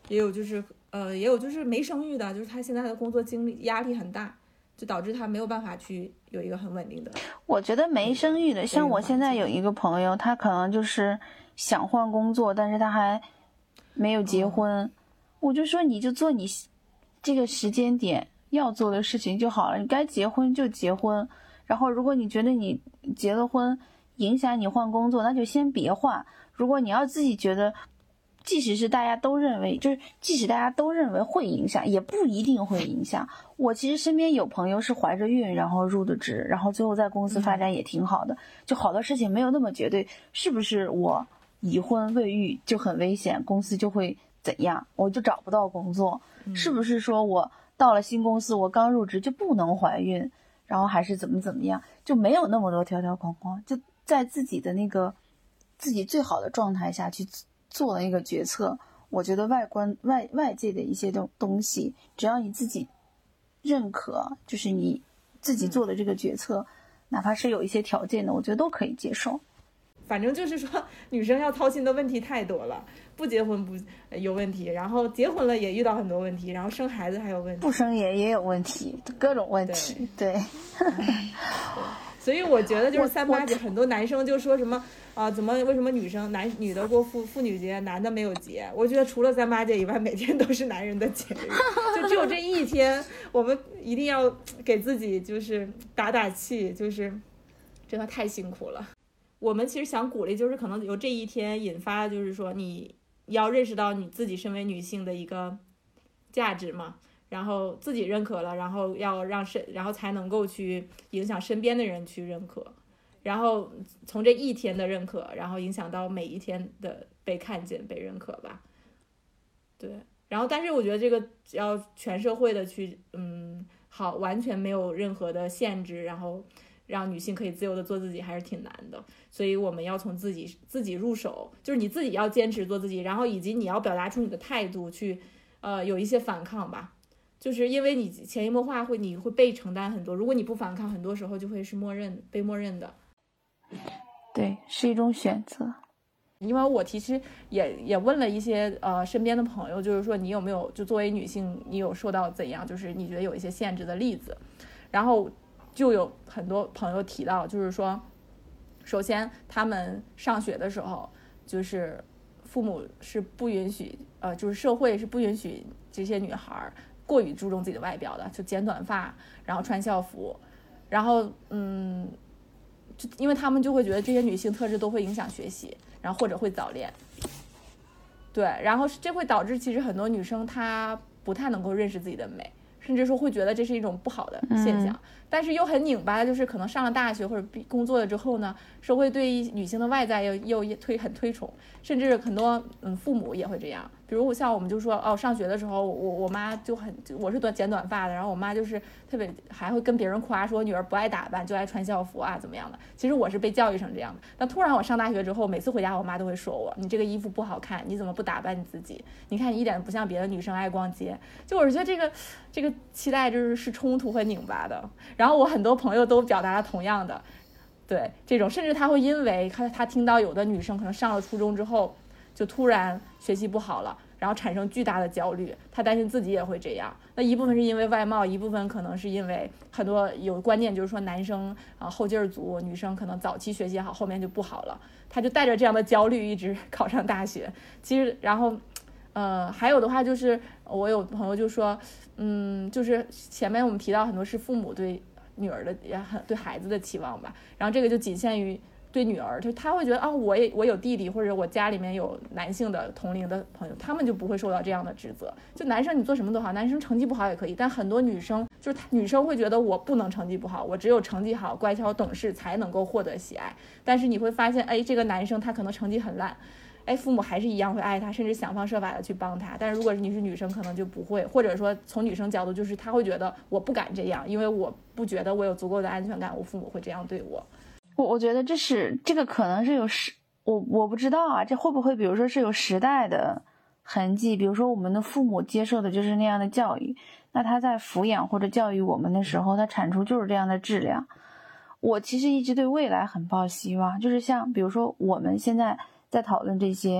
也有就是呃也有就是没生育的，就是他现在的工作经历压力很大，就导致他没有办法去有一个很稳定的。 我觉得没生育的，像我现在有一个朋友，他可能就是想换工作，但是他还没有结婚。哦、我就说你就做你这个时间点要做的事情就好了，你该结婚就结婚。然后如果你觉得你结了婚影响你换工作，那就先别换。如果你要自己觉得，即使是大家都认为，就是即使大家都认为会影响，也不一定会影响。我其实身边有朋友是怀着孕然后入的职，然后最后在公司发展也挺好的。就好多事情没有那么绝对，是不是我已婚未育就很危险，公司就会怎样，我就找不到工作？是不是说我到了新公司，我刚入职就不能怀孕，然后还是怎么怎么样，就没有那么多条条框框，就在自己的那个自己最好的状态下去做了一个决策。我觉得外观外外界的一些东东西，只要你自己认可，就是你自己做的这个决策，哪怕是有一些条件的，我觉得都可以接受。 反正就是说，女生要操心的问题太多了，不结婚不有问题，然后结婚了也遇到很多问题，然后生孩子还有问题， 不生也也有问题，各种问题。对，对对所以我觉得就是三八节，很多男生就说什么啊，怎么为什么女生男女的过妇妇女节，男的没有节？我觉得除了三八节以外，每天都是男人的节日，就只有这一天，我们一定要给自己就是打打气，就是真的太辛苦了。我们其实想鼓励，就是可能由这一天引发，就是说你要认识到你自己身为女性的一个价值嘛，然后自己认可了，然后要让身，然后才能够去影响身边的人去认可，然后从这一天的认可，然后影响到每一天的被看见、被认可吧。对，然后但是我觉得这个只要全社会的去，嗯，好，完全没有任何的限制，然后让女性可以自由的做自己，还是挺难的。所以我们要从自己自己入手，就是你自己要坚持做自己，然后以及你要表达出你的态度去，呃，有一些反抗吧。就是因为你潜移默化会，你会被承担很多。如果你不反抗，很多时候就会是默认被默认的。 对，是一种选择。 因为我其实也也问了一些呃身边的朋友，就是说你有没有就作为女性，你有受到怎样，就是你觉得有一些限制的例子，然后就有很多朋友提到，就是说，首先他们上学的时候，就是父母是不允许，呃，就是社会是不允许这些女孩过于注重自己的外表的，就剪短发，然后穿校服，然后嗯，就因为他们就会觉得这些女性特质都会影响学习，然后或者会早恋，对，然后这会导致其实很多女生她不太能够认识自己的美，甚至说会觉得这是一种不好的现象，嗯、但是又很拧巴，就是可能上了大学或者工作了之后呢，社会对女性的外在又又推很推崇，甚至很多嗯父母也会这样。比如像我们就说哦，上学的时候我我妈就很，我是短剪短发的，然后我妈就是特别还会跟别人夸说女儿不爱打扮，就爱穿校服啊怎么样的。其实我是被教育成这样的，但突然我上大学之后，每次回家我妈都会说我，你这个衣服不好看，你怎么不打扮你自己？你看你一点不像别的女生爱逛街。就我是觉得这个这个期待就是是冲突和拧巴的。然后我很多朋友都表达了同样的，对这种，甚至他会因为他他听到有的女生可能上了初中之后就突然学习不好了，然后产生巨大的焦虑，他担心自己也会这样。那一部分是因为外貌，一部分可能是因为很多有观念，就是说男生啊后劲儿足，女生可能早期学习好，后面就不好了。他就带着这样的焦虑一直考上大学。其实，然后，呃，还有的话就是，我有朋友就说，嗯，就是前面我们提到很多是父母对女儿的也很对孩子的期望吧，然后这个就仅限于对女儿，就他会觉得啊，我也我有弟弟，或者我家里面有男性的同龄的朋友，他们就不会受到这样的指责。就男生你做什么都好，男生成绩不好也可以，但很多女生就是女生会觉得我不能成绩不好，我只有成绩好、乖巧懂事才能够获得喜爱。但是你会发现，哎，这个男生他可能成绩很烂，哎，父母还是一样会爱他，甚至想方设法的去帮他。但是如果你是女生，可能就不会，或者说从女生角度，就是他会觉得我不敢这样，因为我不觉得我有足够的安全感，我父母会这样对我。 我我觉得这是这个可能是有时我我不知道啊，这会不会比如说是有时代的痕迹？比如说我们的父母接受的就是那样的教育，那他在抚养或者教育我们的时候，他产出就是这样的质量。我其实一直对未来很抱希望，就是像比如说我们现在在讨论这些，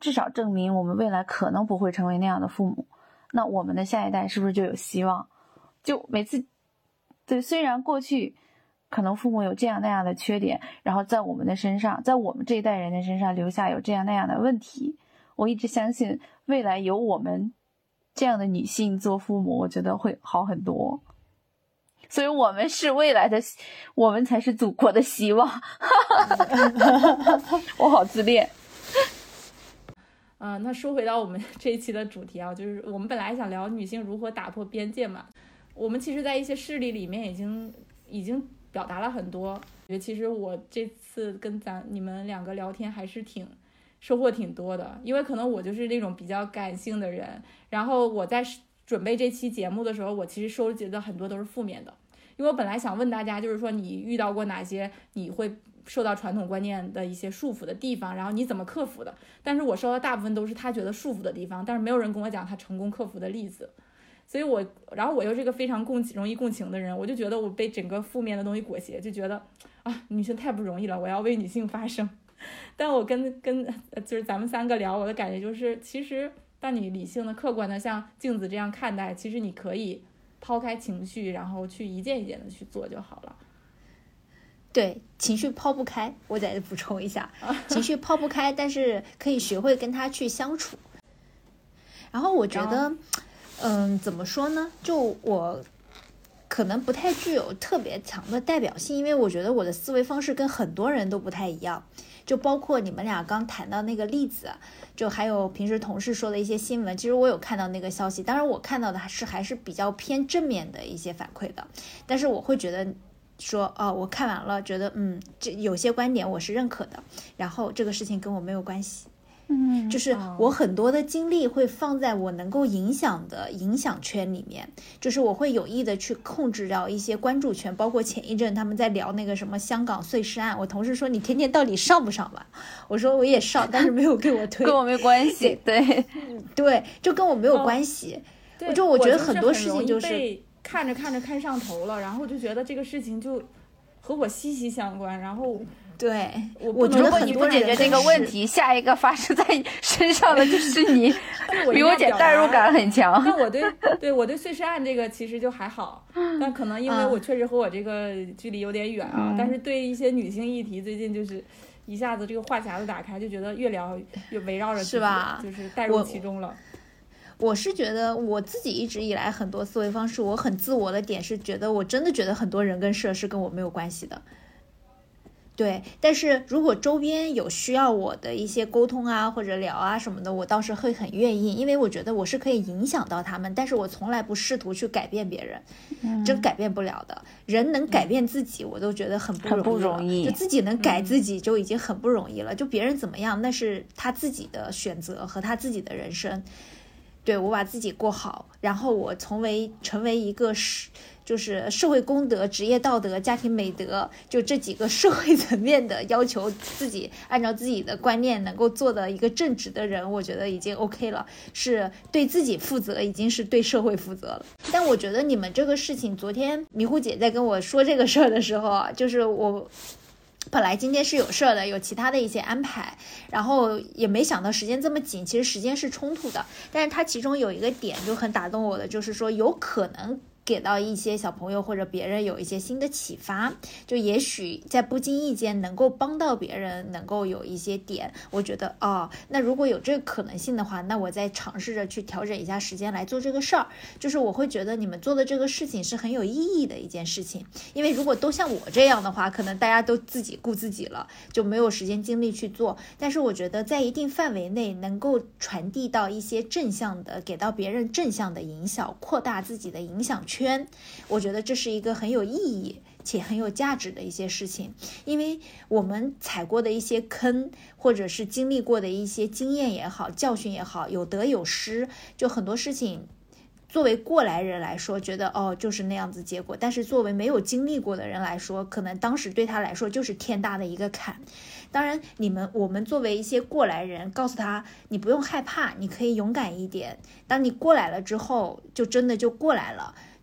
至少证明我们未来可能不会成为那样的父母，那我们的下一代是不是就有希望？就每次对，虽然过去可能父母有这样那样的缺点，然后在我们的身上，在我们这一代人的身上留下有这样那样的问题，我一直相信未来有我们这样的女性做父母，我觉得会好很多。所以我们是未来的，我们才是祖国的希望。我好自恋。 嗯、呃，那说回到我们这一期的主题啊，就是我们本来想聊女性如何打破边界嘛。我们其实在一些事例里面已经已经表达了很多。其实我这次跟咱你们两个聊天还是挺收获挺多的，因为可能我就是那种比较感性的人，然后我在准备这期节目的时候，我其实收集的很多都是负面的。因为我本来想问大家，就是说你遇到过哪些你会受到传统观念的一些束缚的地方，然后你怎么克服的，但是我收到大部分都是他觉得束缚的地方，但是没有人跟我讲他成功克服的例子。所以我然后我又是一个非常共容易共情的人，我就觉得我被整个负面的东西裹挟，就觉得啊，女性太不容易了，我要为女性发声。但我跟跟就是咱们三个聊，我的感觉就是其实当你理性的客观的像镜子这样看待，其实你可以抛开情绪，然后去一件一件的去做就好了。 对，情绪抛不开，我再补充一下，情绪抛不开，但是可以学会跟他去相处。然后我觉得嗯，怎么说呢，就我可能不太具有特别强的代表性，因为我觉得我的思维方式跟很多人都不太一样，就包括你们俩刚谈到那个例子，就还有平时同事说的一些新闻，其实我有看到那个消息，当然我看到的还是还是比较偏正面的一些反馈的，但是我会觉得说哦，我看完了觉得嗯，这有些观点我是认可的，然后这个事情跟我没有关系。 嗯， 就是我很多的精力会放在我能够影响的影响圈里面，就是我会有意的去控制掉一些关注圈，包括前一阵他们在聊那个什么香港碎尸案，我同事说你天天到底上不上吧？我说我也上，但是没有给我推， 跟我没关系，对对，就跟我没有关系。 哦、 我就我觉得很多事情就是被看着看着看上头了，然后就觉得这个事情就和我息息相关，然后。 对， 我我觉得很多人解决这个问题，下一个发生在身上的就是你，比我姐代入感很强。 但我对对我对碎尸案这个其实就还好，但可能因为我确实和我这个距离有点远啊。嗯、但是对一些女性议题，最近就是一下子这个话匣子打开，就觉得越聊越围绕着自己， 是吧？ 就是带入其中了。 我是觉得我自己一直以来很多思维方式，我很自我的点是觉得我真的觉得很多人跟事是跟我没有关系的。对，但是如果周边有需要我的一些沟通啊或者聊啊什么的，我倒是会很愿意，因为我觉得我是可以影响到他们，但是我从来不试图去改变别人，嗯、真改变不了的。人能改变自己，我都觉得很不容易了， 很不容易， 就自己能改自己就已经很不容易了。嗯、就别人怎么样，那是他自己的选择和他自己的人生。对，我把自己过好，然后我从为成为一个是。就是社会公德、职业道德、家庭美德，就这几个社会层面的要求，自己按照自己的观念能够做的一个正直的人，我觉得已经 OK 了，是对自己负责，已经是对社会负责了。但我觉得你们这个事情，昨天迷糊姐在跟我说这个事儿的时候啊，就是我本来今天是有事儿的，有其他的一些安排，然后也没想到时间这么紧，其实时间是冲突的，但是它其中有一个点就很打动我的，就是说有可能给到一些小朋友或者别人有一些新的启发，就也许在不经意间能够帮到别人，能够有一些点，我觉得哦，那如果有这个可能性的话，那我再尝试着去调整一下时间来做这个事儿，就是我会觉得你们做的这个事情是很有意义的一件事情，因为如果都像我这样的话，可能大家都自己顾自己了，就没有时间精力去做，但是我觉得在一定范围内能够传递到一些正向的，给到别人正向的影响，扩大自己的影响圈，圈，我觉得这是一个很有意义且很有价值的一些事情，因为我们踩过的一些坑，或者是经历过的一些经验也好，教训也好，有得有失，就很多事情作为过来人来说觉得哦就是那样子结果，但是作为没有经历过的人来说，可能当时对他来说就是天大的一个坎。当然你们我们作为一些过来人，告诉他你不用害怕，你可以勇敢一点，当你过来了之后就真的就过来了，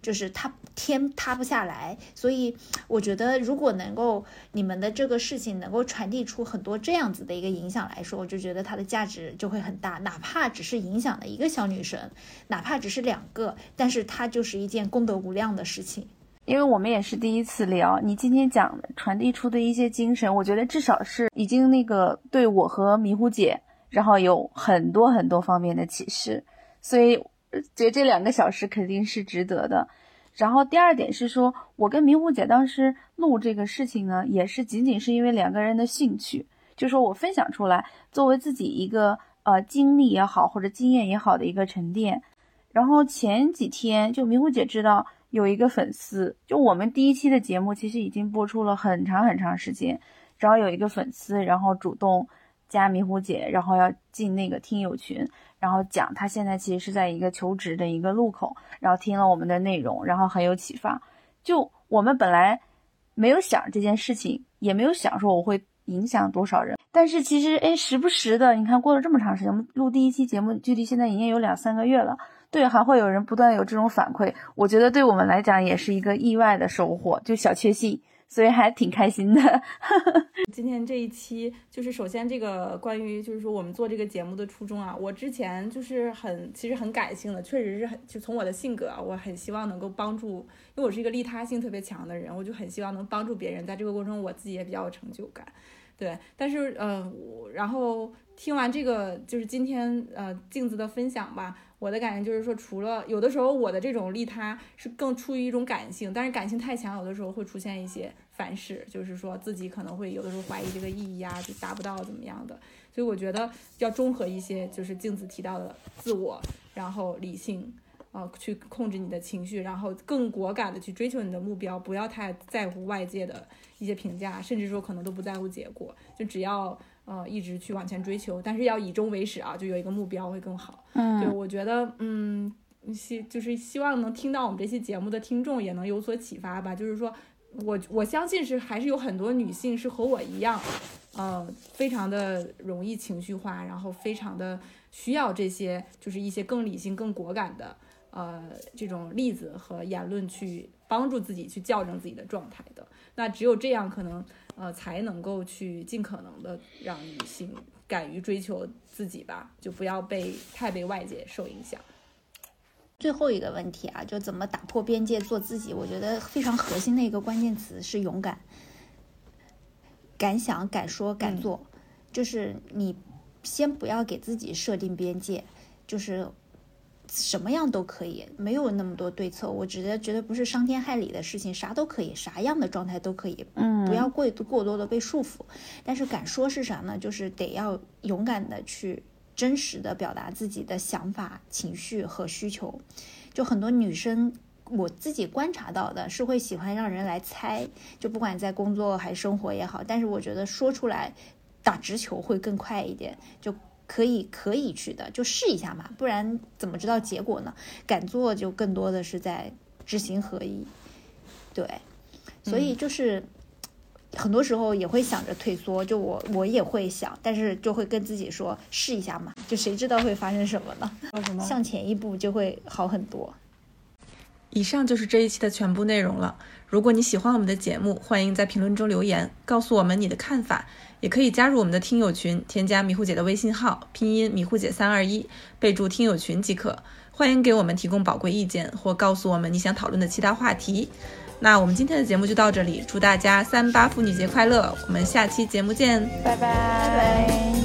就是他天塌不下来。所以我觉得如果能够你们的这个事情能够传递出很多这样子的一个影响来说，我就觉得它的价值就会很大，哪怕只是影响了一个小女生，哪怕只是两个，但是它就是一件功德无量的事情。 因为我们也是第一次聊，你今天讲的传递出的一些精神，我觉得至少是已经那个对我和迷糊姐然后有很多很多方面的启示，所以觉得这两个小时肯定是值得的。然后第二点是说，我跟迷糊姐当时录这个事情呢，也是仅仅是因为两个人的兴趣，就说我分享出来作为自己一个呃经历也好或者经验也好的一个沉淀。然后前几天就迷糊姐知道有一个粉丝，就我们第一期的节目其实已经播出了很长很长时间，然后有一个粉丝然后主动加迷糊姐，然后要进那个听友群，然后讲他现在其实是在一个求职的一个路口，然后听了我们的内容，然后很有启发。就我们本来没有想这件事情，也没有想说我会影响多少人，但是其实哎，时不时的你看过了这么长时间，我们录第一期节目距离现在已经有两三个月了，对，还会有人不断有这种反馈，我觉得对我们来讲也是一个意外的收获，就小确幸，所以还挺开心的。 今天这一期就是首先这个关于就是说我们做这个节目的初衷啊，我之前就是很其实很感性的，确实是很就从我的性格啊，我很希望能够帮助，因为我是一个利他性特别强的人，我就很希望能帮助别人，在这个过程中我自己也比较有成就感。对，但是呃，然后听完这个就是今天呃镜子的分享吧，我的感觉就是说，除了有的时候我的这种利他是更出于一种感性，但是感性太强，有的时候会出现一些反噬，就是说自己可能会有的时候怀疑这个意义啊，就达不到怎么样的。所以我觉得要综合一些，就是镜子提到的自我，然后理性。呃，去控制你的情绪，然后更果敢的去追求你的目标，不要太在乎外界的一些评价，甚至说可能都不在乎结果，就只要呃一直去往前追求，但是要以终为始啊，就有一个目标会更好。嗯，对，我觉得嗯希就是希望能听到我们这期节目的听众也能有所启发吧，就是说我我相信是还是有很多女性是和我一样，呃，非常的容易情绪化，然后非常的需要这些就是一些更理性、更果敢的。呃，这种例子和言论去帮助自己去校正自己的状态的，那只有这样可能呃才能够去尽可能的让女性敢于追求自己吧，就不要被太被外界受影响。 最后一个问题啊，就怎么打破边界做自己，我觉得非常核心的一个关键词是勇敢，敢想敢说敢做、嗯、就是你先不要给自己设定边界，就是什么样都可以，没有那么多对策，我只是觉得不是伤天害理的事情，啥都可以，啥样的状态都可以，嗯，不要过过多的被束缚。但是敢说是啥呢？就是得要勇敢的去真实的表达自己的想法、情绪和需求。就很多女生，我自己观察到的是会喜欢让人来猜，就不管在工作还是生活也好，但是我觉得说出来打直球会更快一点，就可以可以去的，就试一下嘛，不然怎么知道结果呢？敢做就更多的是在知行合一。对，所以就是、嗯、很多时候也会想着退缩，就我我也会想，但是就会跟自己说试一下嘛，就谁知道会发生什么呢？什么向前一步就会好很多。 以上就是这一期的全部内容了。如果你喜欢我们的节目，欢迎在评论中留言告诉我们你的看法，也可以加入我们的听友群，添加迷糊姐的微信号拼音迷糊姐三二一，备注听友群即可。欢迎给我们提供宝贵意见，或告诉我们你想讨论的其他话题。那我们今天的节目就到这里，祝大家三八妇女节快乐，我们下期节目见， 拜拜拜拜。